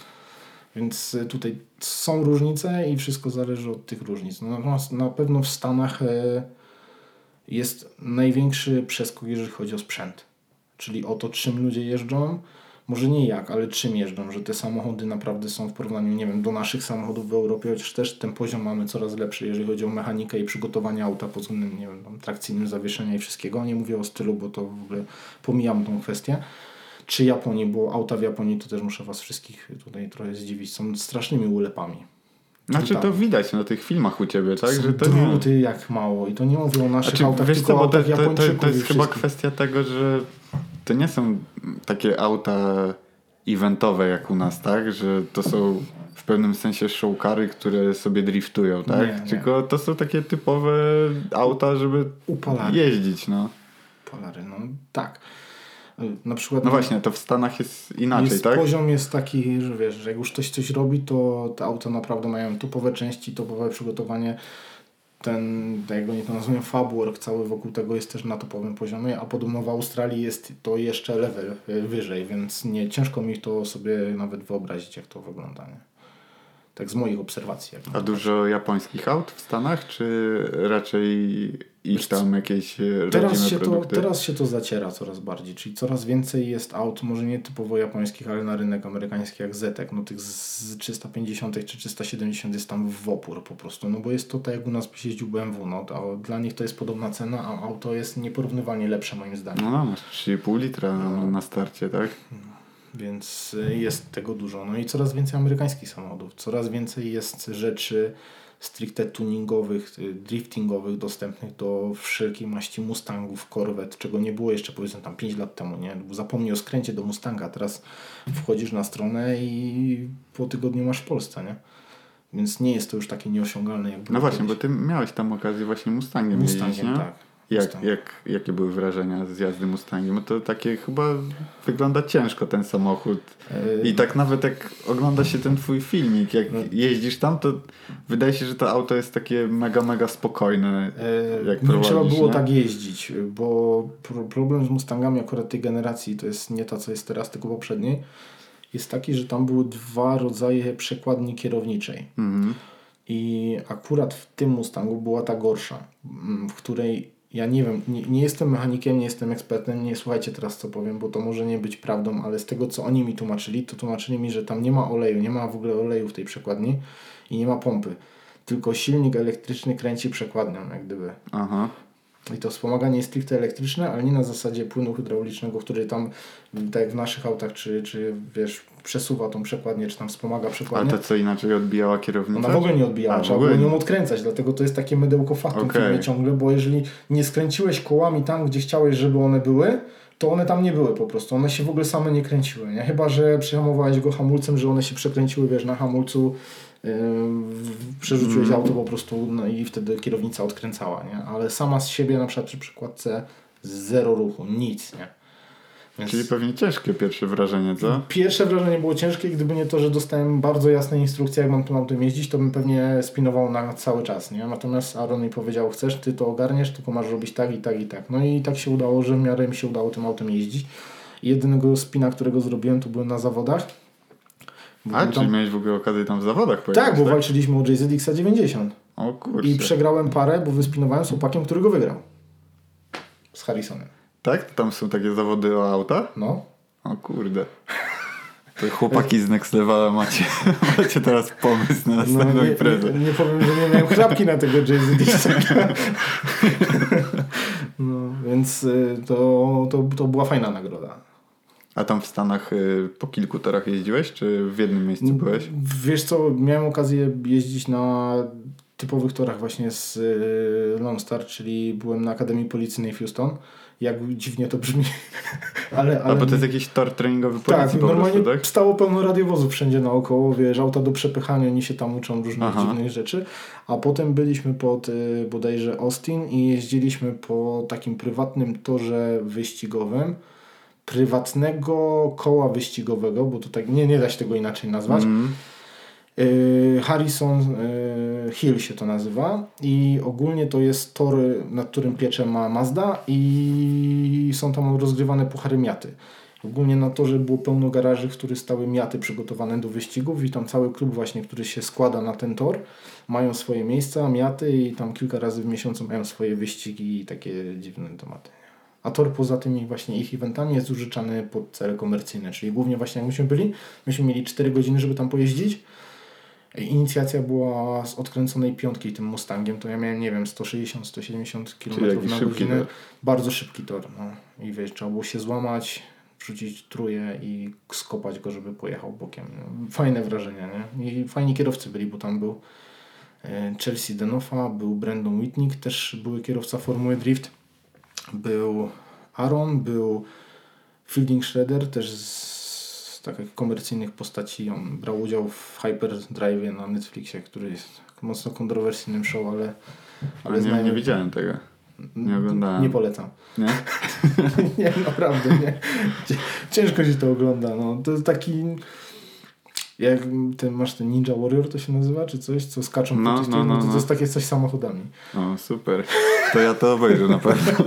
Więc tutaj są różnice i wszystko zależy od tych różnic. No, natomiast na pewno w Stanach jest największy przeskok, jeżeli chodzi o sprzęt. Czyli o to, czym ludzie jeżdżą. Może nie jak, ale czym jeżdżą, że te samochody naprawdę są w porównaniu, nie wiem, do naszych samochodów w Europie, chociaż też ten poziom mamy coraz lepszy, jeżeli chodzi o mechanikę i przygotowanie auta pod względem, nie wiem, tam, trakcyjnym zawieszenia i wszystkiego. Nie mówię o stylu, bo to w ogóle pomijam tą kwestię. Czy Japonii, bo auta w Japonii to też muszę was wszystkich tutaj trochę zdziwić, są strasznymi ulepami. Znaczy to widać na tych filmach u ciebie, tak? Są że to druty nie... jak mało i to nie mówię o naszych znaczy, autach, wiesz tylko co, bo autach to, to, to, Japończyków to jest i chyba wszystkich. kwestia tego, że to nie są takie auta eventowe jak u nas, tak? Że to są w pewnym sensie showkary, które sobie driftują, tak? Nie, nie. Tylko to są takie typowe auta, żeby Upalary. jeździć, no. Upalary, no tak. Na przykład No właśnie, to w Stanach jest inaczej, jest, tak? poziom jest taki, że wiesz, że jak już ktoś coś robi, to te auta naprawdę mają topowe części, topowe przygotowanie. Ten, jak oni to nazywam, fabwork cały wokół tego jest też na topowym poziomie, a podobno w Australii jest to jeszcze level wyżej, więc nie ciężko mi to sobie nawet wyobrazić, jak to wygląda, nie? Tak z moich obserwacji. Jak A dużo japońskich aut w Stanach, czy raczej ich tam jakieś teraz rodzime się, to, produkty? teraz się to zaciera coraz bardziej, czyli coraz więcej jest aut, może nie typowo japońskich, ale na rynek amerykański jak Zetek, no tych z trzysta pięćdziesiąt czy trzysta siedemdziesiąt jest tam w opór po prostu, no bo jest to tak jak u nas byś jeździł B M W, no to dla nich to jest podobna cena, a auto jest nieporównywalnie lepsze moim zdaniem. No, no masz trzy i pół litra no. na starcie, tak? Więc jest tego dużo. No i coraz więcej amerykańskich samochodów. Coraz więcej jest rzeczy stricte tuningowych, driftingowych dostępnych do wszelkiej maści Mustangów, Corvette, czego nie było jeszcze powiedzmy tam pięć lat temu. Nie? Zapomnij o skręcie do Mustanga. Teraz wchodzisz na stronę i po tygodniu masz w Polsce. Nie? Więc nie jest to już takie nieosiągalne jak było No właśnie, kiedyś. bo ty miałeś tam okazję właśnie Mustangiem, Mustangiem, jeździć, nie? tak. Jak, Mustang. jak, jakie były wrażenia z jazdy Mustangiem? Bo to takie chyba wygląda ciężko ten samochód. I tak nawet jak ogląda się ten twój filmik, jak jeździsz tam, to wydaje się, że to auto jest takie mega, mega spokojne. Jak nie trzeba było nie? tak jeździć, bo pro- problem z Mustangami akurat tej generacji, to jest nie ta, co jest teraz, tylko poprzedniej, jest taki, że tam były dwa rodzaje przekładni kierowniczej. Mhm. I akurat w tym Mustangu była ta gorsza, w której ja nie wiem, nie, nie jestem mechanikiem, nie jestem ekspertem, nie słuchajcie teraz co powiem, bo to może nie być prawdą, ale z tego co oni mi tłumaczyli, to tłumaczyli mi, że tam nie ma oleju, nie ma w ogóle oleju w tej przekładni i nie ma pompy. Tylko silnik elektryczny kręci przekładnią, jak gdyby. Aha. I to wspomaganie jest stricte elektryczne, ale nie na zasadzie płynu hydraulicznego, który tam, tak jak w naszych autach, czy, czy wiesz, przesuwa tą przekładnię, czy tam wspomaga przekładnię. Ale to co inaczej odbijała kierownica? Ona w ogóle nie odbijała, A, trzeba było nią odkręcać, dlatego to jest takie mydełko w tym Okay. filmie ciągle, bo jeżeli nie skręciłeś kołami tam, gdzie chciałeś, żeby one były, to one tam nie były po prostu, one się w ogóle same nie kręciły, nie? Chyba że przyhamowałeś go hamulcem, że one się przekręciły, wiesz, na hamulcu, yy, przerzuciłeś mm. auto po prostu, no i wtedy kierownica odkręcała, nie? Ale sama z siebie na przykład przy przykładce zero ruchu, nic, nie? Więc Czyli pewnie ciężkie pierwsze wrażenie, co? Pierwsze wrażenie było ciężkie, gdyby nie to, że dostałem bardzo jasne instrukcje, jak mam tym autem jeździć, to bym pewnie spinował na cały czas, nie? Natomiast Aaron mi powiedział, chcesz, ty to ogarniesz, tylko masz robić tak i tak i tak. No i tak się udało, że w miarę mi się udało tym autem jeździć. I jedynego spina, którego zrobiłem, to byłem na zawodach. A, czyli tam... miałeś w ogóle okazję tam w zawodach pojechać, Tak, bo tak? walczyliśmy o J Z X dziewięćdziesiąt. O kurczę. I przegrałem parę, bo wyspinowałem z chłopakiem, który go wygrał. Z Harrisonem. Tak? Tam są takie zawody o auta? No. O kurde. To chłopaki z Next Levela macie, macie teraz pomysł na następną no, nie, imprezę. Nie, nie powiem, że nie miałem klapki na tego J Z X. No, więc y, to, to, to była fajna nagroda. A tam w Stanach y, po kilku torach jeździłeś, czy w jednym miejscu byłeś? Wiesz co, miałem okazję jeździć na typowych torach właśnie z y, Lone Star, czyli byłem na Akademii Policyjnej w Houston. Jak dziwnie to brzmi. ale, ale A bo to jest jakiś tor treningowy policji tak, po normalnie prostu, tak? stało pełno radiowozów wszędzie naokoło, wiesz, auta do przepychania, oni się tam uczą różnych Aha. dziwnych rzeczy. A potem byliśmy pod y, bodajże Austin i jeździliśmy po takim prywatnym torze wyścigowym, prywatnego koła wyścigowego, bo to tak nie, nie da się tego inaczej nazwać. Mm. Y, Harrison y, Hill się to nazywa i ogólnie to jest tor, nad którym piecze ma Mazda i są tam rozgrywane puchary Miaty. Ogólnie na torze było pełno garaży, w których stały miaty przygotowane do wyścigów i tam cały klub właśnie, który się składa na ten tor, mają swoje miejsca, miaty i tam kilka razy w miesiącu mają swoje wyścigi i takie dziwne tematy. A tor poza tymi właśnie ich eventami jest użyczany pod cele komercyjne, czyli głównie właśnie jak myśmy byli, myśmy mieli cztery godziny, żeby tam pojeździć. Inicjacja była z odkręconej piątki tym Mustangiem, to ja miałem, nie wiem, sto sześćdziesiąt do sto siedemdziesiąt kilometrów na godzinę. Tor. Bardzo szybki tor. No. I wiesz, trzeba było się złamać, wrzucić truje i skopać go, żeby pojechał bokiem. Fajne wrażenia, nie? I fajni kierowcy byli, bo tam był Chelsea Denofa, był Brandon Whitnick, też były kierowca Formuły Drift. Był Aaron, był Fielding Shredder, też z takich komercyjnych postaci. On brał udział w Hyperdrive na Netflixie, który jest mocno kontrowersyjnym show, ale... ale nie, nie widziałem tego. Nie oglądałem. Nie polecam. Nie? Nie, naprawdę nie. Ciężko się to ogląda. No. To jest taki... Jak ten, masz ten Ninja Warrior, to się nazywa, czy coś, co skaczą no, po tych no, no, no, to, no. to jest takie coś samochodami. O, super. To ja to obejrzę na pewno.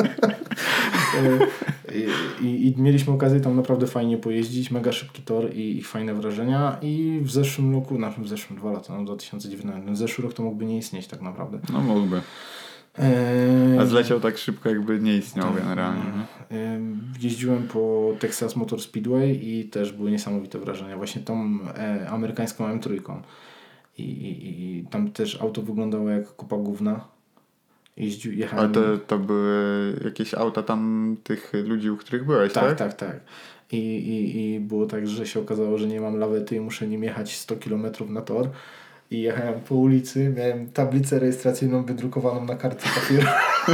I, i, I mieliśmy okazję tam naprawdę fajnie pojeździć, mega szybki tor i, i fajne wrażenia. I w zeszłym roku, na w zeszłym dwa lata, no dwa tysiące dziewiętnastym, zeszły rok to mógłby nie istnieć tak naprawdę. No mógłby. A zleciał tak szybko, jakby nie istniał tak, generalnie. Nie? Jeździłem po Texas Motor Speedway i też były niesamowite wrażenia. Właśnie tą e, amerykańską M trzy. I, i, I tam też auto wyglądało jak kupa gówna. Jeździł, jechałem... Ale to, to były jakieś auta tam tych ludzi, u których byłeś, tak? Tak, tak, tak. I, i, I było tak, że się okazało, że nie mam lawety i muszę nim jechać sto kilometrów na tor. I jechałem po ulicy, miałem tablicę rejestracyjną wydrukowaną na kartce papieru.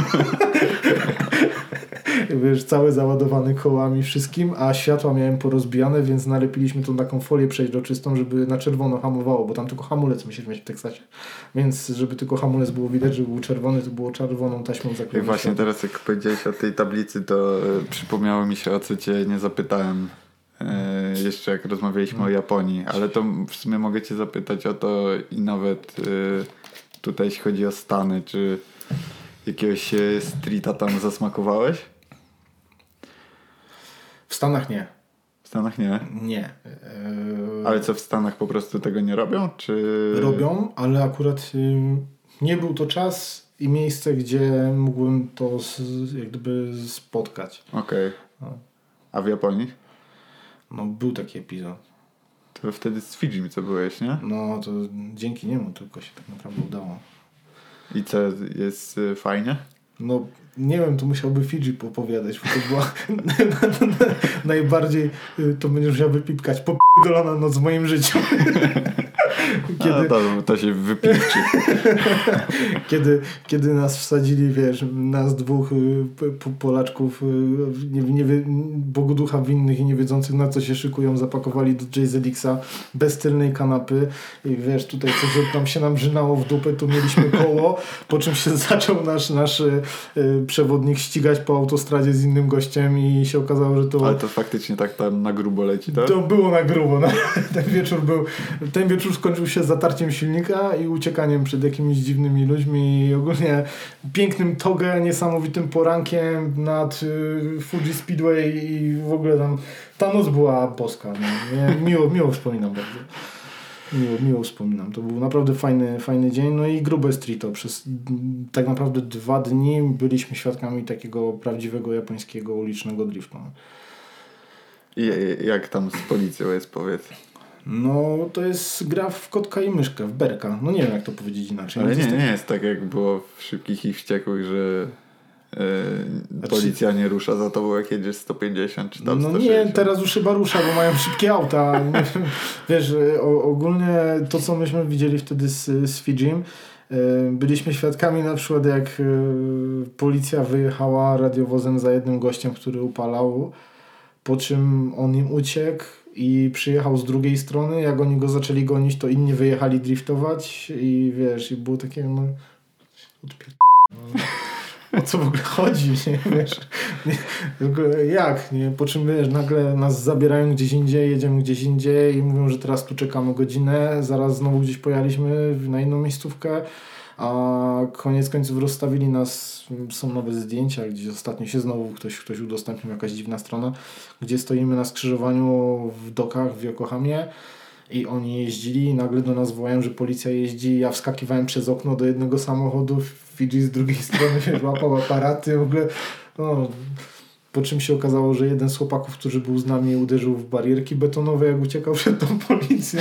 Wiesz, cały załadowany kołami, wszystkim, a światła miałem porozbijane, więc nalepiliśmy tą taką folię przeźroczystą, żeby na czerwono hamowało, bo tam tylko hamulec musisz mieć w Teksasie. Więc żeby tylko hamulec było widać, żeby był czerwony, to było czerwoną taśmą zaklejoną. I właśnie teraz jak powiedziałeś o tej tablicy, to y, przypomniało mi się, o co cię nie zapytałem. E, jeszcze jak rozmawialiśmy o Japonii, ale to w sumie mogę cię zapytać o to i nawet e, tutaj jeśli chodzi o Stany, czy jakiegoś streeta tam zasmakowałeś? W Stanach nie. W Stanach nie? Nie. Yy... Ale co, w Stanach po prostu tego nie robią? Czy... Robią, ale akurat yy, nie był to czas i miejsce, gdzie mógłbym to z, jak gdyby spotkać. Okej. Okay. No. A w Japonii? No był taki epizod. To wtedy z Fidżi co byłeś, nie? No to dzięki niemu tylko się tak naprawdę udało. I co, jest y, fajnie? No nie wiem, to musiałby Fidżi popowiadać, bo to była najbardziej, to będziesz musiał wypipkać, popierdolona noc w moim życiu. Kiedy... A, to, to się wypipczy. kiedy, kiedy nas wsadzili, wiesz, nas dwóch p- Polaczków, nie, nie, Bogu ducha winnych i nie wiedzących na co się szykują, zapakowali do J Z X-a bez tylnej kanapy i wiesz, tutaj coś tam się nam brzynało w dupę, tu mieliśmy koło, po czym się zaczął nasz, nasz y, przewodnik ścigać po autostradzie z innym gościem i się okazało, że to... Ale to faktycznie tak tam na grubo leci, tak? To było na grubo. No. Ten wieczór był, ten wieczór skończył się zatarciem silnika i uciekaniem przed jakimiś dziwnymi ludźmi i ogólnie pięknym togę, niesamowitym porankiem nad y, Fuji Speedway i w ogóle tam ta noc była boska. No. Miło, miło wspominam bardzo. Miło, miło wspominam. To był naprawdę fajny, fajny dzień. No i grube streeto. Przez tak naprawdę dwa dni byliśmy świadkami takiego prawdziwego japońskiego ulicznego driftu. I jak tam z policją jest, powiedz? No to jest gra w kotka i myszkę, w berka. No nie wiem jak to powiedzieć inaczej. Ale nie, nie, jest nie jest tak jak było w Szybkich i Wściekłych, że Yy, policja nie rusza za tobą jak jedziesz sto pięćdziesiąt czy tam no sto sześćdziesiąt. Nie, teraz już chyba rusza, bo mają szybkie auta. Wiesz, o, ogólnie to co myśmy widzieli wtedy z, z Fidżim, yy, byliśmy świadkami na przykład jak yy, policja wyjechała radiowozem za jednym gościem, który upalał, po czym on im uciekł i przyjechał z drugiej strony, jak oni go zaczęli gonić, to inni wyjechali driftować i wiesz, i było takie no odpier... O co w ogóle chodzi, nie? Wiesz, nie, w ogóle jak, nie? Po czym wiesz, nagle nas zabierają gdzieś indziej, jedziemy gdzieś indziej i mówią, że teraz tu czekamy godzinę, zaraz znowu gdzieś pojechaliśmy na inną miejscówkę, a koniec końców rozstawili nas, są nawet zdjęcia, gdzie ostatnio się znowu ktoś, ktoś udostępnił, jakaś dziwna strona, gdzie stoimy na skrzyżowaniu w dokach w Yokohamie i oni jeździli i nagle do nas wołają, że policja jeździ, ja wskakiwałem przez okno do jednego samochodu, Fidzi z drugiej strony się łapał aparaty, w ogóle no... Po czym się okazało, że jeden z chłopaków, który był z nami, uderzył w barierki betonowe, jak uciekał przed tą policją.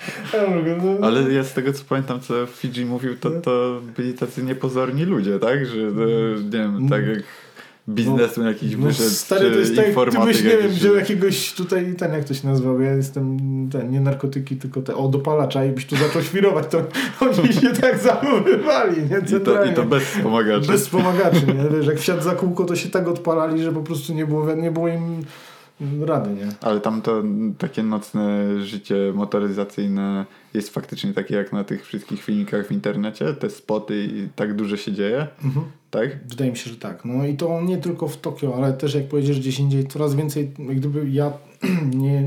Ale ja z tego co pamiętam, co Fidzi mówił, to, to byli tacy niepozorni ludzie, tak? Że no, nie wiem, tak jak biznesmen no, jakiś wyszedł, no, stary, to jest tak, informatyk. Ty byś, nie wiem, wziął jakiegoś tutaj, ten jak to się nazywał, ja jestem ten, nie narkotyki, tylko te, o, dopalacza i byś tu zaczął świrować, to oni się tak zachowywali, nie? I to, I to bez wspomagaczy. Bez wspomagaczy, nie? Wiesz, jak wsiadł za kółko, to się tak odpalali, że po prostu nie było, nie było im rady, nie? Ale tam to takie nocne życie motoryzacyjne jest faktycznie takie jak na tych wszystkich filmikach w internecie, te spoty i tak dużo się dzieje, mhm. tak? Wydaje mi się, że tak. No i to nie tylko w Tokio, ale też jak powiedziesz gdzieś indziej, coraz więcej, jak gdyby ja nie...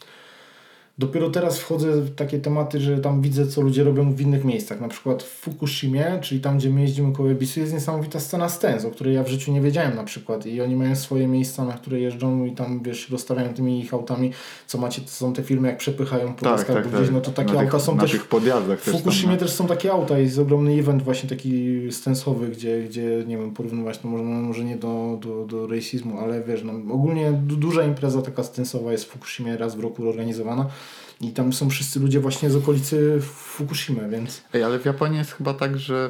Dopiero teraz wchodzę w takie tematy, że tam widzę, co ludzie robią w innych miejscach. Na przykład w Fukushimie, czyli tam, gdzie my jeździmy koło Ebisu, jest niesamowita scena Stens, o której ja w życiu nie wiedziałem na przykład. I oni mają swoje miejsca, na które jeżdżą i tam, wiesz, rozstawiają tymi ich autami, co macie, to są te filmy, jak przepychają po tak, deskach, tak, gdzieś, tak. no to takie na auta tych, są na też... tych podjazdach w Fukushimie też, też są takie auta, jest ogromny event właśnie taki stensowy, gdzie, gdzie nie wiem, porównywać to może, może nie do, do, do racismu, ale wiesz, no, ogólnie duża impreza taka stensowa jest w Fukushimie raz w roku organizowana. I tam są wszyscy ludzie właśnie z okolicy Fukushimy, więc... Ej, ale w Japonii jest chyba tak, że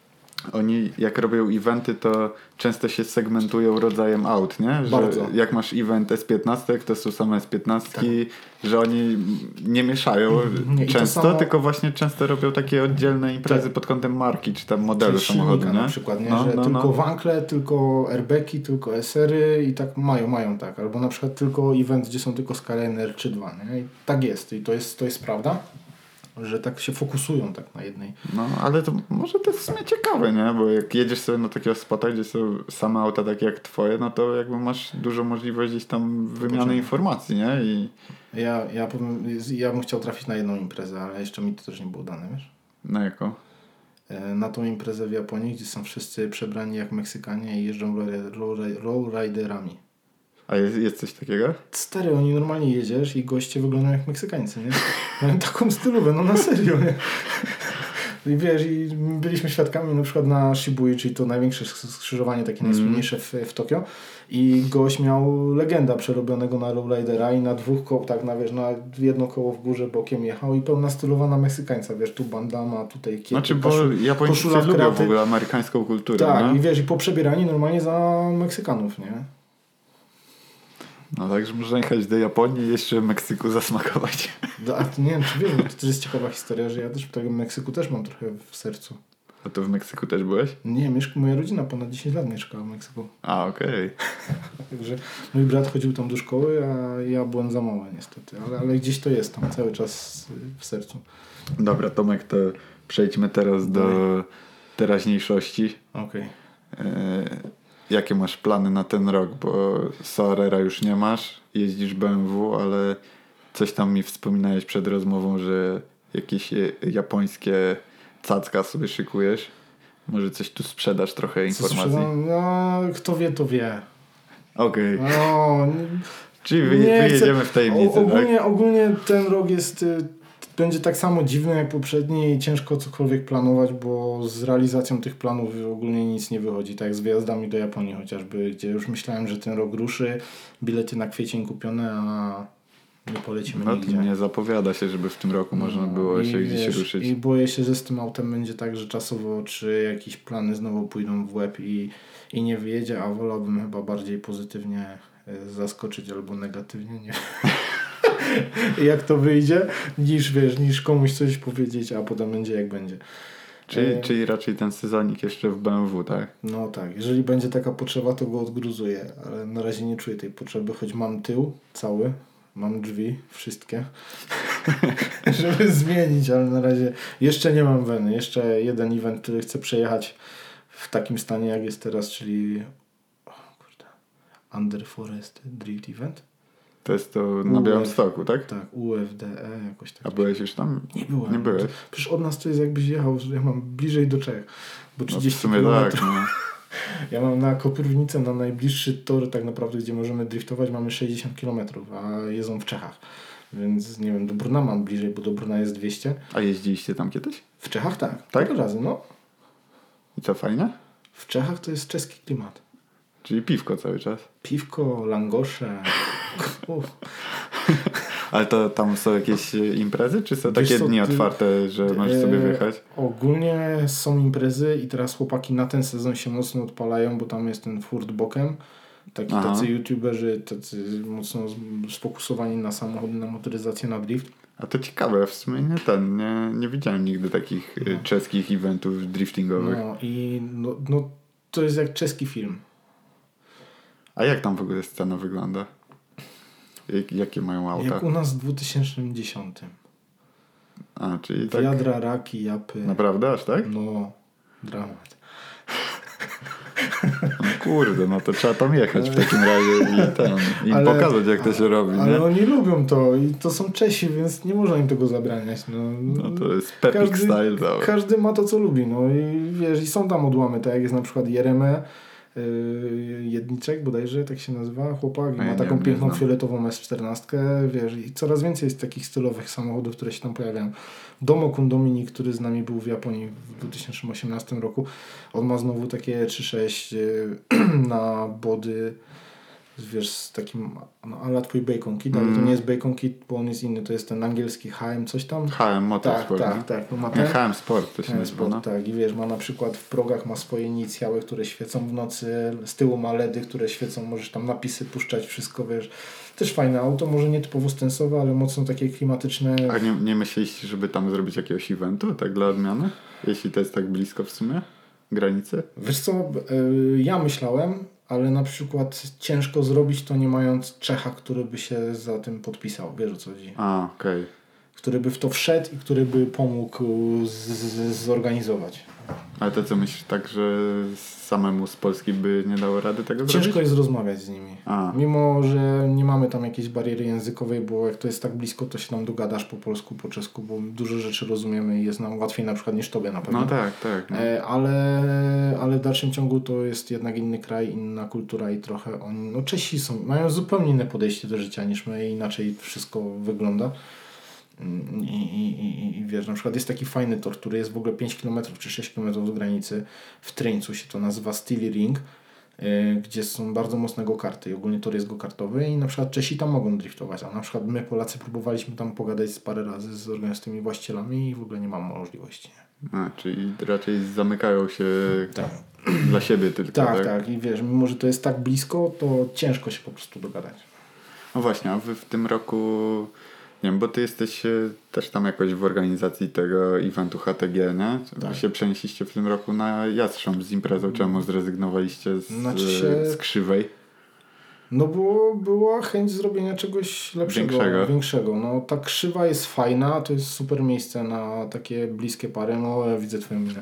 oni jak robią eventy, to często się segmentują rodzajem aut, nie? Że Bardzo. Jak masz event S piętnaście, to są same S piętnaście, tak. że oni nie mieszają nie, często, samo... tylko właśnie często robią takie oddzielne imprezy tak. pod kątem marki, czy tam modelu samochodu, nie? Na przykład, nie? No, że no, tylko no. wankle, tylko airbagi, tylko S R-y i tak mają, mają tak. Albo na przykład tylko event, gdzie są tylko Skyline R trzy dwa, nie? I tak jest. I to jest, to jest prawda. Że tak się fokusują tak na jednej. No, ale to może to jest w sumie ciekawe, nie? Bo jak jedziesz sobie na takiego spota, gdzie są same auta takie jak twoje, no to jakby masz dużą możliwość gdzieś tam wymiany Poczekaj. informacji, nie? I... Ja, ja, powiem, ja bym chciał trafić na jedną imprezę, ale jeszcze mi to też nie było dane, wiesz? Na jaką? Na tą imprezę w Japonii, gdzie są wszyscy przebrani jak Meksykanie i jeżdżą lowriderami. A jest, jest coś takiego? Stary, oni normalnie jedziesz i goście wyglądają jak Meksykańcy, nie? Mają taką stylówę, no na serio, nie? I wiesz, i byliśmy świadkami na przykład na Shibui, czyli to największe skrzyżowanie, takie mm. najsłynniejsze w, w Tokio i gość miał legenda przerobionego na lowridera i na dwóch koł, tak na wiesz, na jedno koło w górze bokiem jechał i pełna stylowana Meksykańca, wiesz, tu bandama, tutaj kiety, znaczy, bo Japończycy lubią w ogóle amerykańską kulturę, tak, no? i wiesz, i poprzebierani normalnie za Meksykanów, nie? No także można jechać do Japonii i jeszcze w Meksyku zasmakować. Do, a to nie wiem, czy wiesz, to też jest ciekawa historia, że ja też w tego Meksyku też mam trochę w sercu. A to w Meksyku też byłeś? Nie, mieszka, moja rodzina ponad dziesięć lat mieszkała w Meksyku. A, okej. Okay. Także mój brat chodził tam do szkoły, a ja byłem za mały niestety, ale, ale gdzieś to jest tam cały czas w sercu. Dobra, Tomek, to przejdźmy teraz do Daj. teraźniejszości. Okej. Okay. E- Jakie masz plany na ten rok? Bo Soarera już nie masz, jeździsz B M W, ale coś tam mi wspominałeś przed rozmową, że jakieś japońskie cacka sobie szykujesz. Może coś tu sprzedasz, trochę informacji? No, kto wie, to wie. Okej. Okay. No, czyli wy, wyjedziemy w tajemnicy, ogólnie, tak? Ogólnie ten rok jest... Będzie tak samo dziwny jak poprzedni i ciężko cokolwiek planować, bo z realizacją tych planów ogólnie nic nie wychodzi. Tak jak z wyjazdami do Japonii chociażby, gdzie już myślałem, że ten rok ruszy, bilety na kwiecień kupione, a nie polecimy no, nigdzie. No to nie zapowiada się, żeby w tym roku no, można było się gdzieś wiesz, ruszyć. I boję się, że z tym autem będzie tak, że czasowo czy jakieś plany znowu pójdą w łeb i, i nie wyjedzie, a wolałbym chyba bardziej pozytywnie zaskoczyć albo negatywnie, nie jak to wyjdzie, niż wiesz, niż komuś coś powiedzieć, a potem będzie jak będzie. Czyli, e... czyli raczej ten sezonik jeszcze w B M W, tak? No tak, jeżeli będzie taka potrzeba, to go odgruzuję, ale na razie nie czuję tej potrzeby, choć mam tył cały, mam drzwi, wszystkie, żeby zmienić, ale na razie jeszcze nie mam weny. Jeszcze jeden event, który chcę przejechać w takim stanie, jak jest teraz, czyli o, kurde, Under Forest Drift Event. To jest to na U F Białymstoku, tak? Tak, U F D E jakoś tak. A byłeś już tam? Nie byłem. Nie byłeś? To, przecież od nas to jest jakbyś jechał, że ja mam bliżej do Czech. Bo No w trzydzieści sumie kilometrów. tak, no. Ja mam na Koprywnicę, na najbliższy tor tak naprawdę, gdzie możemy driftować, mamy sześćdziesiąt kilometrów, a jedzą w Czechach. Więc nie wiem, do Brna mam bliżej, bo do Brna jest dwieście. A jeździliście tam kiedyś? W Czechach tak. Tak? Parę razy, no. I co, fajnie? W Czechach to jest czeski klimat. Czyli piwko cały czas. Piwko, langosze. Uff. Ale to tam są jakieś e, imprezy, czy są Wiesz takie co, dni ty- otwarte, że możesz sobie E, wyjechać? Ogólnie są imprezy i teraz chłopaki na ten sezon się mocno odpalają, bo tam jest ten furt bokiem. Taki Aha. tacy youtuberzy, tacy mocno sfokusowani na samochody, na motoryzację, na drift. A to ciekawe, w sumie nie ten, nie, nie widziałem nigdy takich e, czeskich eventów driftingowych. No i no, no, to jest jak czeski film. A jak tam w ogóle scena wygląda? Jak, jakie mają auta? Jak u nas w dwa tysiące dziesiątym. A, czyli tak Wiadra, raki, japy. naprawdę aż tak? No, dramat. No kurde, no to trzeba tam jechać w takim razie i ten, im Ale- pokazać jak to się robi, Ale nie? oni lubią to i to są Czesi, więc nie można im tego zabraniać. No, No to jest Pepik każdy, style cały. każdy ma to, co lubi. No i wiesz, i są tam odłamy, tak jak jest na przykład Jereme yy, Jedniczek bodajże, tak się nazywa, chłopak. I A ja ma nie taką wiem, nie piękną znam. fioletową S czternaście, wiesz, i coraz więcej jest takich stylowych samochodów, które się tam pojawiają. Domokun Dominik, który z nami był w Japonii w dwa tysiące osiemnastym roku, on ma znowu takie trzy sześć yy, na body, wiesz, z takim, no, ale twój Bacon Kit, ale to Mm. nie jest Bacon Kit, bo on jest inny, to jest ten angielski H M coś tam. H M Tak, Motorsport, tak, nie? tak. No ma Nie, ten, H M Sport to się H M nazywa, Sport, no. tak. I wiesz, ma na przykład w progach ma swoje inicjały, które świecą w nocy, z tyłu ma ledy, które świecą, możesz tam napisy puszczać, wszystko, wiesz. Też fajne auto, może nie typowo stensowe, ale mocno takie klimatyczne. A nie, nie myśleliście, żeby tam zrobić jakiegoś eventu, tak dla odmiany? Jeśli to jest tak blisko w sumie granicy? Wiesz co, y, ja myślałem, ale na przykład ciężko zrobić to nie mając Czecha, który by się za tym podpisał, wiesz o co chodzi. A, okej. Który by w to wszedł i który by pomógł z, z, zorganizować. Ale to co myślisz, tak, że samemu z Polski by nie dało rady tego Ciężko zrobić? jest rozmawiać z nimi. A. Mimo, że nie mamy tam jakiejś bariery językowej, bo jak to jest tak blisko, to się nam dogadasz po polsku, po czesku, bo dużo rzeczy rozumiemy i jest nam łatwiej na przykład niż tobie na pewno. No tak, tak. No. E, ale, ale w dalszym ciągu to jest jednak inny kraj, inna kultura i trochę oni, no Czesi są, mają zupełnie inne podejście do życia niż my, inaczej wszystko wygląda. I, i, i, I wiesz, na przykład jest taki fajny tor, który jest w ogóle pięć kilometrów czy sześć kilometrów do granicy. W Treńcu się to nazywa Steely Ring, yy, gdzie są bardzo mocne go-karty. I ogólnie tor jest go-kartowy i na przykład Czesi tam mogą driftować, a na przykład my Polacy próbowaliśmy tam pogadać z parę razy z, z tymi właścicielami i w ogóle nie mam możliwości. A, czyli raczej zamykają się Tak. dla siebie tylko, Tak, tak? tak. I wiesz, mimo że to jest tak blisko, to ciężko się po prostu dogadać. No właśnie, a wy w tym roku, nie wiem, bo ty jesteś e, też tam jakoś w organizacji tego eventu H T G, nie? Wy Tak. się przenieśliście w tym roku na Jastrząb z imprezą. Czemu zrezygnowaliście z, Znaczy się- z krzywej? No było, była chęć zrobienia czegoś lepszego, Większego. większego. No ta krzywa jest fajna, to jest super miejsce na takie bliskie pary. No ja widzę twoją minę.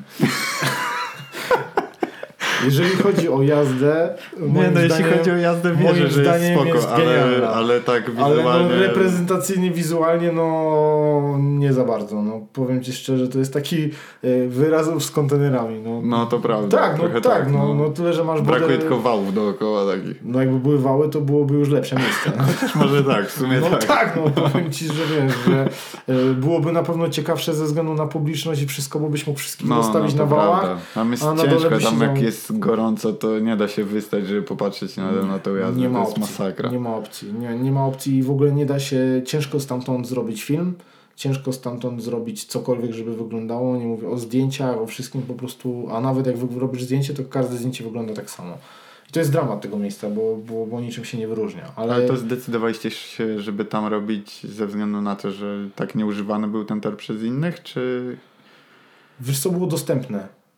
Jeżeli chodzi o jazdę, moim no zdaniem, jazdę moim zdaniem jest ale, genialna. ale tak ale wizualnie... no, reprezentacyjnie, wizualnie no nie za bardzo. No, powiem ci szczerze, to jest taki y, wyrazów z kontenerami. No, No to prawda. tak, no trochę tak, no, no tyle, że masz Brakuje wodę- tylko wałów dookoła takich. No jakby były wały, to byłoby już lepsze miejsce. No. Chociaż może tak, w sumie No tak. tak, no powiem ci, że wiesz, że y, byłoby na pewno ciekawsze ze względu na publiczność i wszystko, bo byś mógł wszystkich rozstawić to na wałach. prawda. Tam jest a na dole ciężko, by tam siedział- jak jest gorąco, to nie da się wystać, żeby popatrzeć na, na tą jazdę. Nie ma to jest opcji. masakra. Nie ma opcji. Nie, nie ma opcji i w ogóle nie da się, ciężko stamtąd zrobić film, ciężko stamtąd zrobić cokolwiek, żeby wyglądało. Nie mówię o zdjęciach, o wszystkim po prostu, a nawet jak wy- robisz zdjęcie, to każde zdjęcie wygląda tak samo. I to jest dramat tego miejsca, bo, bo, bo niczym się nie wyróżnia. Ale, Ale to zdecydowaliście się, żeby tam robić ze względu na to, że tak nieużywany był ten tor przez innych, czy... wiesz co, było dostępne.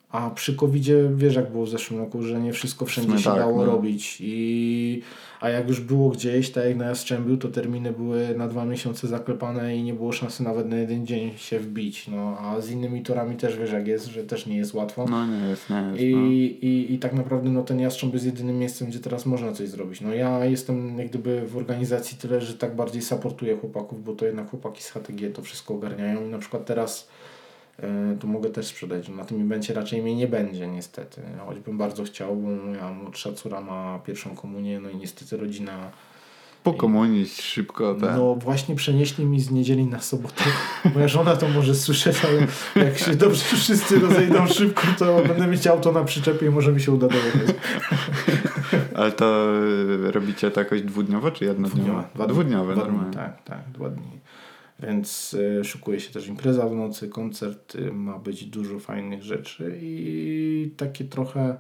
A przy kowidzie wiesz jak było w zeszłym roku, że nie wszystko wszędzie się tak, dało no. robić. I, a jak już było gdzieś, tak jak na Jastrzębiu, to terminy były na dwa miesiące zaklepane i nie było szansy nawet na jeden dzień się wbić. No, a z innymi torami też wiesz jak jest, że też nie jest łatwo. No nie jest, nie jest. I, no. i, I tak naprawdę no, ten Jastrząb jest jedynym miejscem, gdzie teraz można coś zrobić. No ja jestem jak gdyby w organizacji tyle, że tak bardziej supportuję chłopaków, bo to jednak chłopaki z H T G to wszystko ogarniają i na przykład teraz to mogę też sprzedać, że na tym evencie raczej mnie nie będzie niestety, choćbym bardzo chciał, bo moja młodsza córa ma pierwszą komunię, no i niestety rodzina Po komunii szybko tak. no właśnie przenieśli mi z niedzieli na sobotę, moja żona to może słyszeć, ale jak się dobrze wszyscy rozejdą szybko, to będę mieć auto na przyczepie i może mi się uda dojechać. Ale to robicie to jakoś dwudniowo czy jednodniowo? Dwudniowe, dwa Dwudniowe, dwa dni, normalnie. tak, tak, dwa dni. Więc y, szykuje się też impreza w nocy, koncert, y, ma być dużo fajnych rzeczy i takie trochę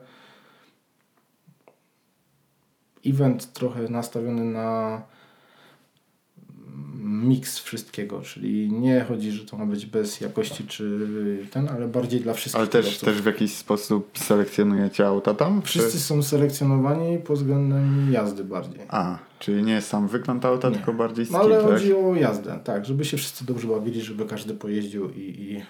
event trochę nastawiony na miks wszystkiego, czyli nie chodzi, że to ma być bez jakości czy ten, ale bardziej dla wszystkich. Ale też, kierowców. też w jakiś sposób selekcjonujecie auta tam? Wszyscy czy... są selekcjonowani pod względem jazdy bardziej. A, czyli nie sam wygląd auta, Nie. tylko bardziej skill, No ale tak? chodzi o jazdę, tak, żeby się wszyscy dobrze bawili, żeby każdy pojeździł i, i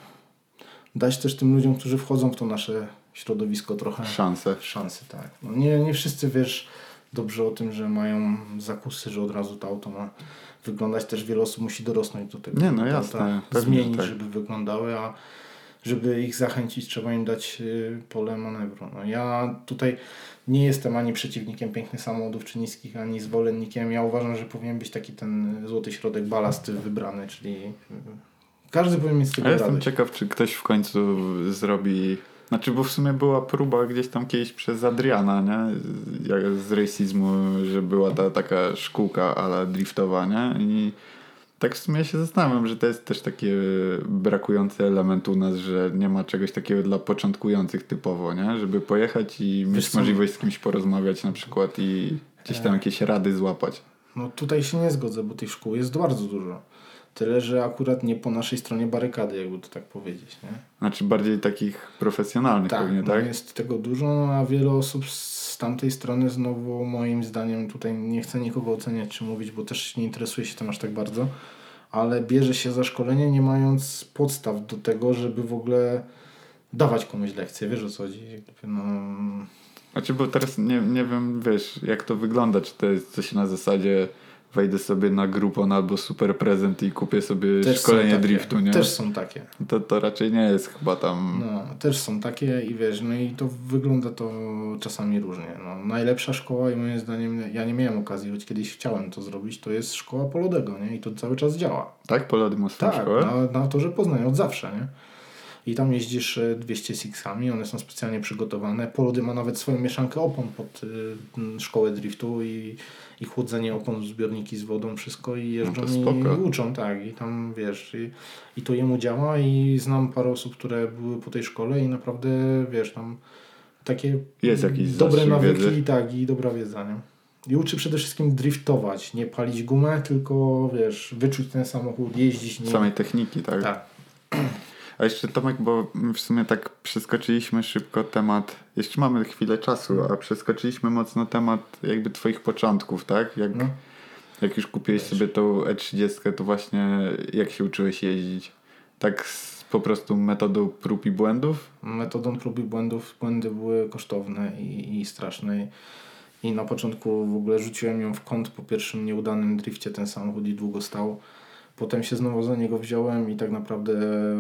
dać też tym ludziom, którzy wchodzą w to nasze środowisko trochę Szanse. szansy, tak. No nie, nie wszyscy wiesz dobrze o tym, że mają zakusy, że od razu to auto ma wyglądać. Też wiele osób musi dorosnąć do tego. Nie, no żeby jasne, auta pewnie, zmienić, tak. żeby wyglądały, a żeby ich zachęcić, trzeba im dać y, pole manewru. No ja tutaj nie jestem ani przeciwnikiem pięknych samochodów czy niskich, ani zwolennikiem. Ja uważam, że powinien być taki ten złoty środek, balast wybrany, czyli y, każdy powinien mieć z tego A jestem radość. ciekaw, czy ktoś w końcu zrobi... Znaczy, bo w sumie była próba gdzieś tam kiedyś przez Adriana, nie? Jak z racismu, że była ta taka szkółka ala driftowa, nie? I tak w sumie się zastanawiam, że to jest też taki brakujący element u nas, że nie ma czegoś takiego dla początkujących typowo, nie? Żeby pojechać i Wiesz mieć co? możliwość z kimś porozmawiać na przykład i gdzieś tam jakieś rady złapać. No tutaj się nie zgodzę, bo tych szkół jest bardzo dużo. Tyle, że akurat nie po naszej stronie barykady, jakby to tak powiedzieć, nie? Znaczy bardziej takich profesjonalnych Tak, pewnie, no tak? jest tego dużo, a wiele osób z tamtej strony znowu moim zdaniem, tutaj nie chcę nikogo oceniać czy mówić, bo też nie interesuje się tym aż tak bardzo, ale bierze się za szkolenie nie mając podstaw do tego, żeby w ogóle dawać komuś lekcję, wiesz o co chodzi? Jakby no... Znaczy, bo teraz nie, nie wiem, wiesz, jak to wygląda, czy to jest coś na zasadzie wejdę sobie na Groupon albo Super Prezent i kupię sobie Też są szkolenie takie, driftu, nie? Też są takie. To, to raczej nie jest chyba tam... No, też są takie i wiesz, no i to wygląda to czasami różnie. No, najlepsza szkoła i moim zdaniem, ja nie miałem okazji, choć kiedyś chciałem to zrobić, to jest szkoła Polodego, nie? I to cały czas działa. Tak? Polody ma swoją Tak, szkołę? na, na torze Poznań od zawsze, nie? I tam jeździsz e, dwieście Sixami, one są specjalnie przygotowane. Polody ma nawet swoją mieszankę opon pod y, szkołę driftu i, i chłodzenie opon, zbiorniki z wodą, wszystko i jeżdżą No to i spoko. uczą, tak. I tam wiesz, i, i to jemu działa i znam parę osób, które były po tej szkole i naprawdę wiesz, tam takie Jest jakiś dobre zastrzyk nawyki wiedzy. tak, i dobra wiedza, nie? I uczy przede wszystkim driftować, nie palić gumę, tylko wiesz, wyczuć ten samochód, jeździć nim. Samej techniki, tak? Tak. A jeszcze Tomek, bo w sumie tak przeskoczyliśmy szybko temat, jeszcze mamy chwilę czasu, a przeskoczyliśmy mocno temat jakby twoich początków, tak? Jak, No. jak już kupiłeś sobie tą E trzydzieści, to właśnie jak się uczyłeś jeździć? Tak z, po prostu metodą prób i błędów? Metodą prób i błędów. Błędy były kosztowne i, i straszne. I na początku w ogóle rzuciłem ją w kąt po pierwszym nieudanym drifcie. Ten samochód i długo stał. Potem się znowu za niego wziąłem i tak naprawdę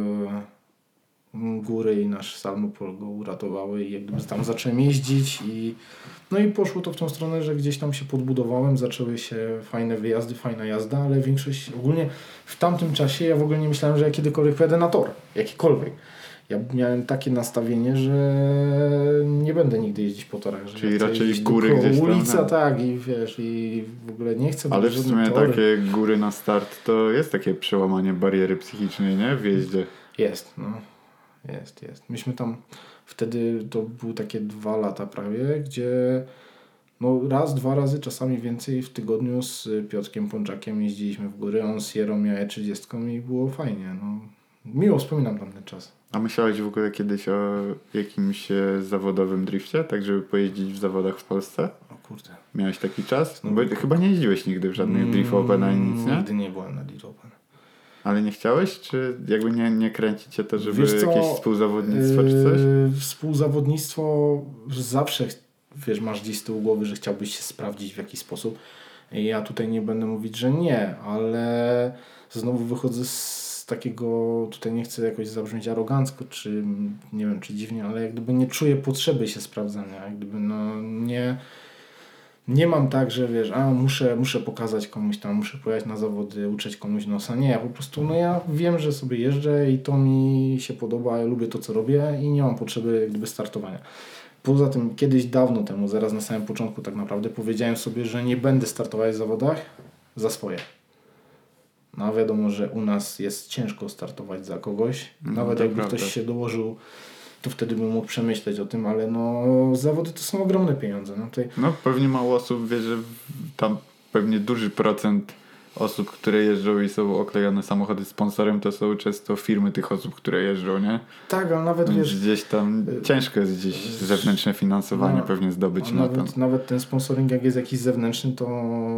góry i nasz Salmopol go uratowały i jak gdyby tam zacząłem jeździć i no i poszło to w tą stronę, że gdzieś tam się podbudowałem, zaczęły się fajne wyjazdy, fajna jazda, ale większość ogólnie w tamtym czasie ja w ogóle nie myślałem, że ja kiedykolwiek pojadę na tor, jakikolwiek. Ja miałem takie nastawienie, że nie będę nigdy jeździć po torach. Że Czyli ja chcę raczej jeździć góry tylko gdzieś tam, ulica, no. tak i wiesz, i w ogóle nie chcę Ale w żadnych sumie tory. takie góry na start to jest takie przełamanie bariery psychicznej, nie? W jeździe. Jest, no. Jest, jest. Myśmy tam wtedy, to były takie dwa lata prawie, gdzie no raz, dwa razy, czasami więcej w tygodniu z Piotrkiem Pączakiem jeździliśmy w góry, on z Sierą, ja E trzydzieści i było fajnie. No. Miło wspominam tamten czas. A myślałeś w ogóle kiedyś o jakimś e, zawodowym drifcie, tak żeby pojeździć w zawodach w Polsce? O kurde. Miałeś taki czas? No bo chyba nie jeździłeś nigdy w żadnych Drift Open ani nic, nie? Nigdy nie byłem na Drift Open. Ale nie chciałeś? Czy jakby nie, nie kręci cię to, żeby Wiesz co, jakieś współzawodnictwo czy coś? Yy, współzawodnictwo zawsze, wiesz, masz gdzieś z tyłu głowy, że chciałbyś się sprawdzić w jakiś sposób. I ja tutaj nie będę mówić, że nie, ale znowu wychodzę z takiego, tutaj nie chcę jakoś zabrzmieć arogancko, czy nie wiem, czy dziwnie, ale jak gdyby nie czuję potrzeby się sprawdzania, jak gdyby no nie... Nie mam tak, że wiesz, a muszę, muszę pokazać komuś tam, muszę pojechać na zawody, uczyć komuś nosa. Nie, ja po prostu, no ja wiem, że sobie jeżdżę i to mi się podoba, ja lubię to, co robię i nie mam potrzeby jak gdyby startowania. Poza tym kiedyś dawno temu, zaraz na samym początku tak naprawdę powiedziałem sobie, że nie będę startować w zawodach za swoje. No a wiadomo, że u nas jest ciężko startować za kogoś. No, Nawet to jakby prawda. ktoś się dołożył, to wtedy bym mógł przemyśleć o tym, ale no zawody to są ogromne pieniądze. No, tutaj... No pewnie mało osób wie, że w- tam pewnie duży procent osób, które jeżdżą i są oklejone samochody sponsorem, to są często firmy tych osób, które jeżdżą, nie? Tak, ale nawet Więc wiesz... gdzieś tam ciężko jest gdzieś zewnętrzne finansowanie No, pewnie zdobyć A na to. nawet, nawet ten sponsoring, jak jest jakiś zewnętrzny, to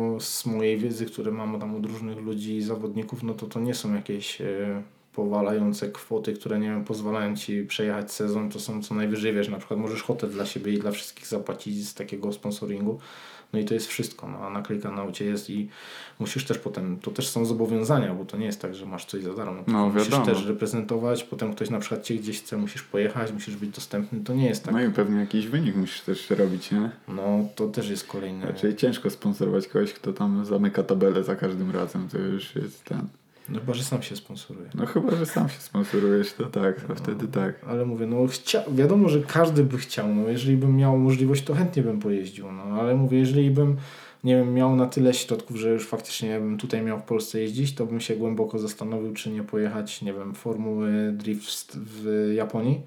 z mojej wiedzy, które mam tam od różnych ludzi i zawodników, no to to nie są jakieś e, powalające kwoty, które nie wiem, pozwalają ci przejechać sezon. To są co najwyżej, wiesz, na przykład możesz hotel dla siebie i dla wszystkich zapłacić z takiego sponsoringu. No i to jest wszystko, no, a naklejka na aucie jest i musisz też potem, to też są zobowiązania, bo to nie jest tak, że masz coś za darmo. No, musisz wiadomo. też reprezentować, potem ktoś na przykład cię gdzieś chce, musisz pojechać, musisz być dostępny, to nie jest tak. No i pewnie jakiś wynik musisz też robić, nie? No to też jest kolejny... Raczej ciężko sponsorować kogoś, kto tam zamyka tabelę za każdym razem, to już jest ten... No chyba, że sam się sponsoruje. No chyba, że sam się sponsorujesz, to tak, to wtedy tak. Ale mówię, no chcia... wiadomo, że każdy by chciał, no jeżeli bym miał możliwość, to chętnie bym pojeździł, no ale mówię, jeżeli bym, nie wiem, miał na tyle środków, że już faktycznie bym tutaj miał w Polsce jeździć, to bym się głęboko zastanowił, czy nie pojechać, nie wiem, Formuły Drift w Japonii,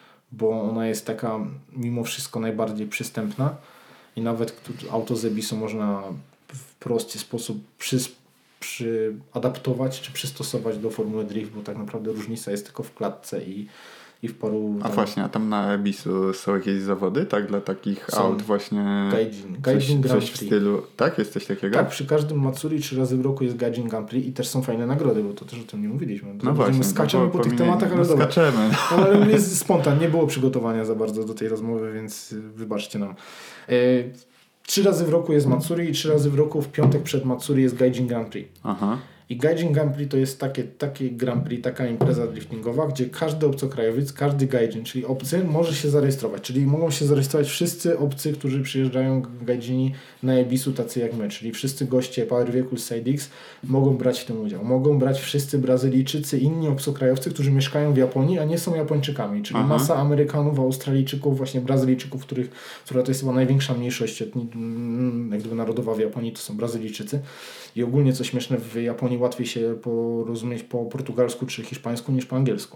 bo ona jest taka mimo wszystko najbardziej przystępna i nawet tu auto z Ebisu można w prosty sposób przys przy adaptować czy przystosować do Formuły Drift, bo tak naprawdę różnica jest tylko w klatce i, i w paru... A tam- właśnie, a tam na Ebisu są jakieś zawody, tak? Dla takich Są. aut właśnie... Gaijin. Coś, Gaijin Grand coś w Prix. stylu... Tak? Jest coś takiego? Tak, przy każdym Matsuri trzy razy w roku jest Gaijin Grand Prix i też są fajne nagrody, bo to też o tym nie mówiliśmy. To No będziemy właśnie. Skaczemy no, po tych powinien- tematach, ale no, dobra. skaczemy. No, ale jest spontan, nie było przygotowania za bardzo do tej rozmowy, więc y, wybaczcie nam. E, trzy razy w roku jest Matsuri i trzy razy w roku w piątek przed Matsuri jest Gaijin Grand Prix. Aha. I Gaijin Grand Prix to jest takie, takie Grand Prix, taka impreza driftingowa, gdzie każdy obcokrajowiec, każdy gaijin, czyli obcy, może się zarejestrować. Czyli mogą się zarejestrować wszyscy obcy, którzy przyjeżdżają gaijini na Ebisu, tacy jak my. Czyli wszyscy goście Power Vehicles Side X mogą brać w tym udział. Mogą brać wszyscy Brazylijczycy, inni obcokrajowcy, którzy mieszkają w Japonii, a nie są Japończykami. Czyli Aha. masa Amerykanów, Australijczyków, właśnie Brazylijczyków, których, która to jest chyba największa mniejszość etni, jak gdyby narodowa w Japonii, to są Brazylijczycy. I ogólnie co śmieszne, w Japonii łatwiej się porozumieć po portugalsku czy hiszpańsku niż po angielsku.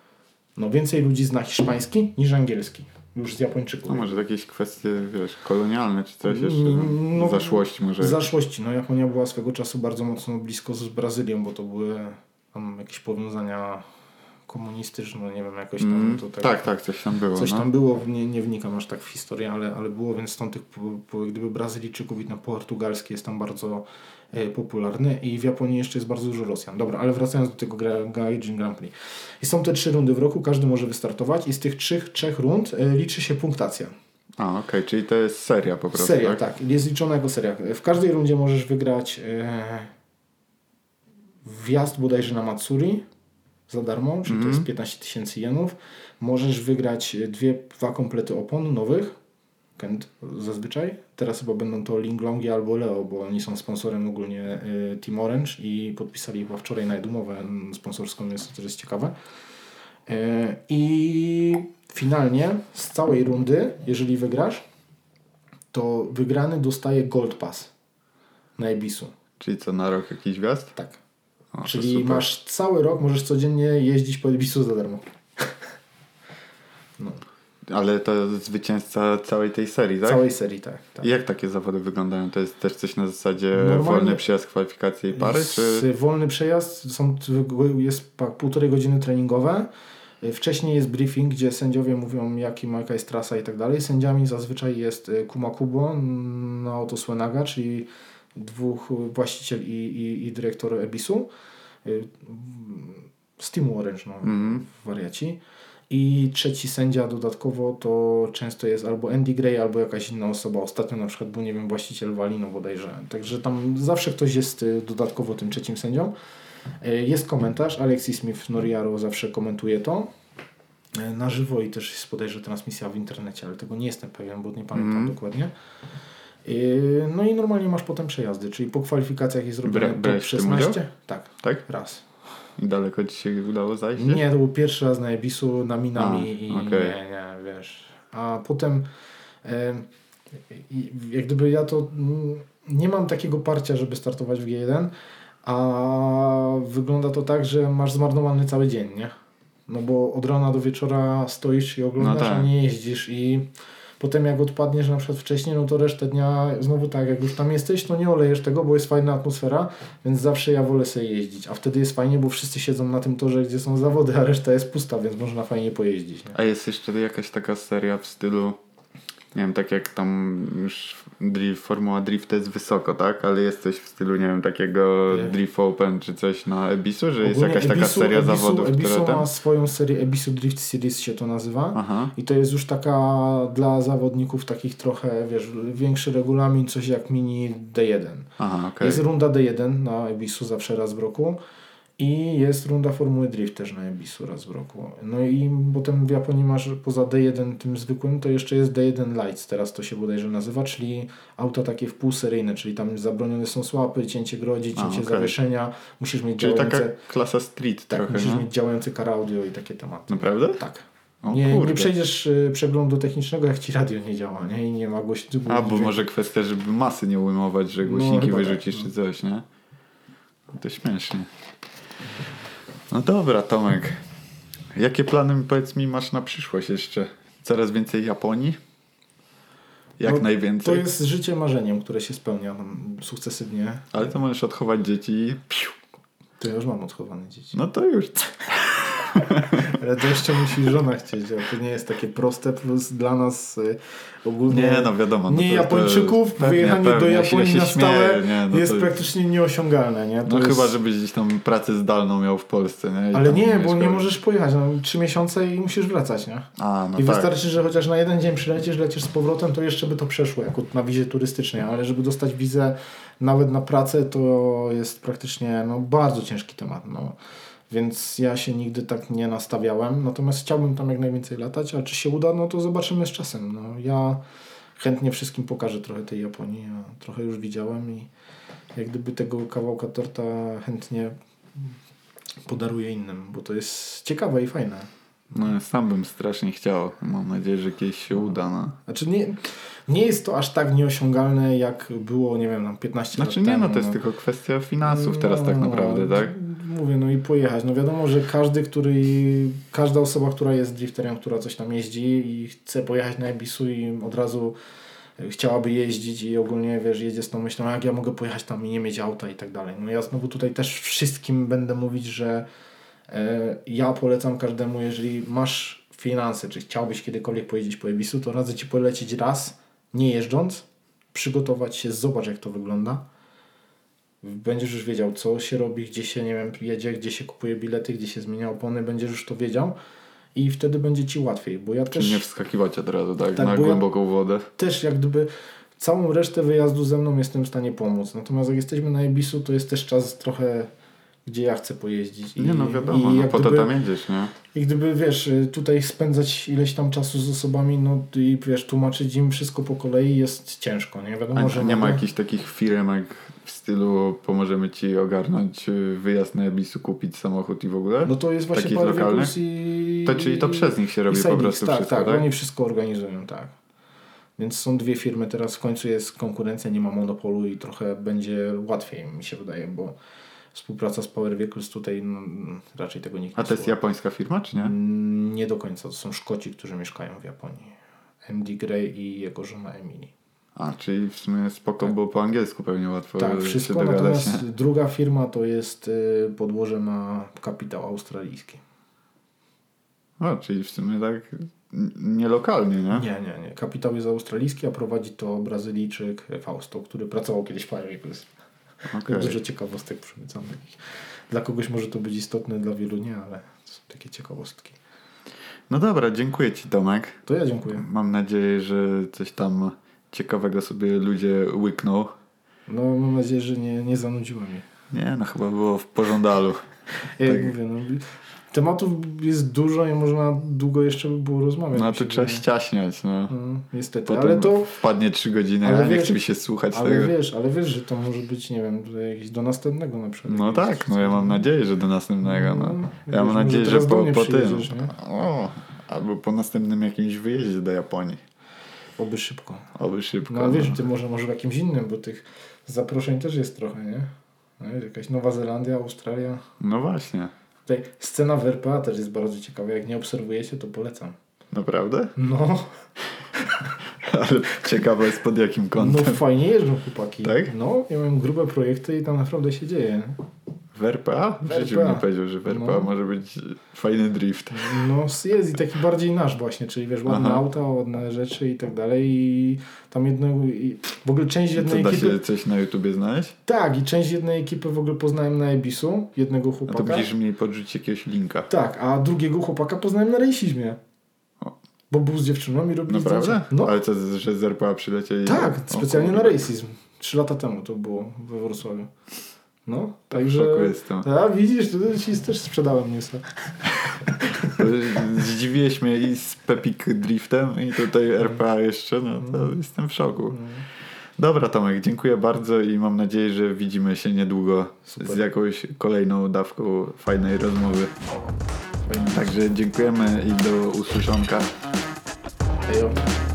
No więcej ludzi zna hiszpański niż angielski. Już z Japończyków. No może jakieś kwestie, wiesz, kolonialne czy coś jeszcze? Mm, no, Zaszłości może. Z zaszłości. No Japonia była swego czasu bardzo mocno blisko z Brazylią, bo to były tam jakieś powiązania komunistyczne, nie wiem, jakoś tam. Mm, to tak, tak, coś tam było. Coś no. tam było, nie, nie wnikam aż tak w historię, ale, ale było, więc stąd tych po, po, gdyby Brazylijczyków i na portugalski jest tam bardzo e, popularny i w Japonii jeszcze jest bardzo dużo Rosjan. Dobra, ale wracając do tego gra- Gaijin Grand Prix. I są te trzy rundy w roku, każdy może wystartować i z tych trzech, trzech rund e, liczy się punktacja. A, okej, czyli to jest seria po prostu, Seria, tak? tak. Jest liczona jako seria. W każdej rundzie możesz wygrać e, wjazd bodajże na Matsuri za darmo, czyli to jest piętnaście tysięcy jenów. Możesz wygrać dwie, dwa komplety opon nowych, Kent zazwyczaj. Teraz chyba będą to Linglongi albo Leo, bo oni są sponsorem ogólnie y, Team Orange i podpisali chyba wczoraj nawet umowę sponsorską, więc to też jest ciekawe. Y, I finalnie z całej rundy, jeżeli wygrasz, to wygrany dostaje Gold Pass na Ebisu. Czyli co, na rok jakiś wjazd? Tak. O, to Czyli super. masz cały rok, możesz codziennie jeździć po Ebisu za darmo. No. Ale to zwycięzca całej tej serii, tak? Całej serii, tak. tak. I jak takie zawody wyglądają? To jest też coś na zasadzie Normalnie- wolny przyjazd, kwalifikacje i pary, czy... Z- Wolny przejazd, są, jest pa- półtorej godziny treningowe. Wcześniej jest briefing, gdzie sędziowie mówią, jaki ma, jaka jest trasa i tak dalej. Sędziami zazwyczaj jest Kuma Kubo, Naoto Suenaga, czyli dwóch właściciel i, i, i dyrektor Ebisu. Z Teamu Orange, no, mm. wariaci. I trzeci sędzia dodatkowo to często jest albo Andy Gray, albo jakaś inna osoba. Ostatnio na przykład był, nie wiem, właściciel Walino bodajże. Także tam zawsze ktoś jest dodatkowo tym trzecim sędzią. Jest komentarz, Alexis Smith Noriaro zawsze komentuje to na żywo i też jest bodajże transmisja w internecie, ale tego nie jestem pewien, bo nie pamiętam mm. dokładnie. No i normalnie masz potem przejazdy, czyli po kwalifikacjach jest robione Bra- top szesnaście. Tak, tak, raz. I daleko ci się udało zajść? Nie, to był pierwszy raz na Ebisu, na Minami A, i okay. nie, nie, wiesz. A potem e, jak gdyby ja to m, nie mam takiego parcia, żeby startować w G jeden, a wygląda to tak, że masz zmarnowany cały dzień, nie? No bo od rana do wieczora stoisz i oglądasz, no tak. a nie jeździsz i potem jak odpadniesz na przykład wcześniej, no to resztę dnia znowu tak, jak już tam jesteś, to nie olejesz tego, bo jest fajna atmosfera, więc zawsze ja wolę sobie jeździć. A wtedy jest fajnie, bo wszyscy siedzą na tym torze, gdzie są zawody, a reszta jest pusta, więc można fajnie pojeździć. Nie? A jest jeszcze jakaś taka seria w stylu, nie wiem, tak jak tam już drift, Formuła Drift to jest wysoko, tak? Ale jest coś w stylu, nie wiem, takiego nie. Drift Open czy coś na Ebisu, że jest jakaś Ebisu, taka seria Ebisu, zawodów, Ebisu które ma tam... swoją serię Ebisu Drift Series się to nazywa. Aha. I to jest już taka dla zawodników takich trochę, wiesz, większy regulamin, coś jak mini D jeden. Aha, okay. Jest runda D jeden na Ebisu zawsze raz w roku. I jest runda Formuły Drift też na Ebisu raz w roku. No i potem w Japonii masz poza D jeden tym zwykłym, to jeszcze jest D jeden Lights, teraz to się bodajże nazywa, czyli auta takie wpółseryjne, czyli tam zabronione są słapy, cięcie grodzi, cięcie A, okay. zawieszenia, musisz mieć czyli działające... taka klasa street tak, trochę, musisz nie? mieć działające car audio i takie tematy. Naprawdę? Tak. O, nie, nie przejdziesz y, przeglądu technicznego, jak ci radio nie działa, nie? I nie ma głośników. A, bo może kwestia, żeby masy nie ujmować, że głośniki no, wyrzucisz tak, no. czy coś, nie? To śmiesznie. No dobra, Tomek. Jakie plany, powiedz mi, masz na przyszłość jeszcze? Coraz więcej Japonii? Jak no, najwięcej? To jest życie marzeniem, które się spełnia tam sukcesywnie. Ale to możesz odchować dzieci i... To ja już mam odchowane dzieci. No to już. Ale to jeszcze musi żona chcieć, a to nie jest takie proste, plus dla nas y, ogólnie nie, no wiadomo, no nie to, Japończyków, to wyjechanie pewnie, do Japonii na stałe śmieje, nie, no jest to... praktycznie nieosiągalne. Nie? To no jest... chyba, żebyś gdzieś tam pracę zdalną miał w Polsce. Nie? I ale nie, bo mieszkał... nie możesz pojechać. No, trzy miesiące i musisz wracać. Nie? A, no I tak. wystarczy, że chociaż na jeden dzień przylecisz, lecisz z powrotem, to jeszcze by to przeszło, jako na wizie turystycznej, ale żeby dostać wizę nawet na pracę, to jest praktycznie no, bardzo ciężki temat. No. Więc ja się nigdy tak nie nastawiałem. Natomiast chciałbym tam jak najwięcej latać, a czy się uda, no to zobaczymy z czasem. No, ja chętnie wszystkim pokażę trochę tej Japonii. Ja trochę już widziałem i jak gdyby tego kawałka torta chętnie podaruję innym, bo to jest ciekawe i fajne. No sam bym strasznie chciał. Mam nadzieję, że kiedyś się uda. No. Znaczy nie, nie jest to aż tak nieosiągalne, jak było, nie wiem, tam piętnaście znaczy, lat nie, temu. no to jest no. tylko kwestia finansów no, teraz tak naprawdę, tak? Mówię, no i pojechać. No wiadomo, że każdy, który, każda osoba, która jest drifterem, która coś tam jeździ i chce pojechać na Ebisu i od razu chciałaby jeździć i ogólnie, wiesz, jedzie z tą myślą, jak ja mogę pojechać tam i nie mieć auta i tak dalej. No ja znowu tutaj też wszystkim będę mówić, że e, ja polecam każdemu, jeżeli masz finanse, czy chciałbyś kiedykolwiek pojeździć po Ebisu, to radzę Ci polecieć raz, nie jeżdżąc, przygotować się, zobacz jak to wygląda. Będziesz już wiedział, co się robi, gdzie się, nie wiem, jedzie, gdzie się kupuje bilety, gdzie się zmienia opony, będziesz już to wiedział i wtedy będzie Ci łatwiej, bo ja Czyli też... nie wskakiwać od razu, tak? tak na głęboką ja wodę. Też jak gdyby całą resztę wyjazdu ze mną jestem w stanie pomóc. Natomiast jak jesteśmy na Ebisu, to jest też czas trochę, gdzie ja chcę pojeździć. I, nie no wiadomo, no, po to tam jedziesz, nie? I gdyby, wiesz, tutaj spędzać ileś tam czasu z osobami, no i wiesz, tłumaczyć im wszystko po kolei jest ciężko, nie? Wiadomo, A, że... nie ma no, jakichś takich firm, jak w stylu pomożemy Ci ogarnąć wyjazd na Ebisu, kupić samochód i w ogóle? No to jest właśnie takich Power lokalnych? Vehicles i... To czyli to przez nich się robi po prostu tak, wszystko, tak? tak? Oni wszystko organizują, tak. Więc są dwie firmy, teraz w końcu jest konkurencja, nie ma monopolu i trochę będzie łatwiej, mi się wydaje, bo współpraca z Power Vehicles tutaj no, raczej tego nikt nie A to jest słucha. Japońska firma, czy nie? Nie do końca, to są Szkoci, którzy mieszkają w Japonii. M D Gray i jego żona Emily. A, czyli w sumie spoko, tak. Bo po angielsku pewnie łatwo tak, się wszystko, dogadać. Natomiast nie? druga firma to jest y, podłoże na kapitał australijski. O, czyli w sumie tak nielokalnie, nie? Nie, nie, nie. Kapitał jest australijski, a prowadzi to Brazylijczyk Fausto, który pracował kiedyś w Pioneer Plus. Okay. Dużo ciekawostek przemycam takich. Dla kogoś może to być istotne, dla wielu nie, ale są takie ciekawostki. No dobra, dziękuję Ci, Tomek. To ja dziękuję. Mam nadzieję, że coś tam ciekawego sobie ludzie łykną. No mam nadzieję, że nie, nie zanudziłem je. Nie, no chyba było w pożądalu. Ja tak. jak mówię, no, tematów jest dużo i można długo jeszcze by było rozmawiać. No to trzeba ściaśniać, no. no niestety, Potem ale to... wpadnie trzy godziny, ale a nie wiesz, chce mi się słuchać ale tego. Wiesz, ale wiesz, że to może być, nie wiem, jakieś do następnego na przykład. No tak, no ja mam nadzieję, że do następnego. No. No, Ja mam wiesz, nadzieję, może że teraz do po, mnie po tym. przyjedziesz, nie? O, albo po następnym jakimś wyjeździe do Japonii. Oby szybko. Oby szybko. No ale wiesz, ty może, może w jakimś innym, bo tych zaproszeń też jest trochę, nie? No, jakaś Nowa Zelandia, Australia. No właśnie. Tutaj scena w R P A też jest bardzo ciekawa. Jak nie obserwujecie, to polecam. Naprawdę? No. Ale ciekawe jest pod jakim No kątem. fajnie jeżdżą chłopaki. Tak? No, ja mam grube projekty i tam naprawdę się dzieje. W R P A? W W życiu R P A. nie powiedział, że w R P A No. może być fajny drift. No jest i taki bardziej nasz właśnie, czyli wiesz, ładne Aha. auta, ładne rzeczy i tak dalej i tam jednego, i w ogóle część Co, jednej da ekipy... się coś na YouTubie znaleźć? Tak, i część jednej ekipy w ogóle poznałem na Ebisu, jednego A to chłopaka. musisz mi podrzucić jakiegoś linka. Tak, a drugiego chłopaka poznałem na rejsizmie. O. Bo był z dziewczyną i robili Naprawdę? zdjęcia. No Ale co, że z R P A przylecieli? tak, O, specjalnie kurde. na rejsizm. Trzy lata temu to było we Wrocławiu. No, W także... szoku jestem. A widzisz, to ci też sprzedałem newsa. To Zdziwiłeś mnie i z Pepik Driftem i tutaj R P A jeszcze, no to jestem w szoku. Dobra Tomek, dziękuję bardzo i mam nadzieję, że widzimy się niedługo Super. z jakąś kolejną dawką fajnej rozmowy. Fajnie. Także dziękujemy i do usłyszonka. Hejo.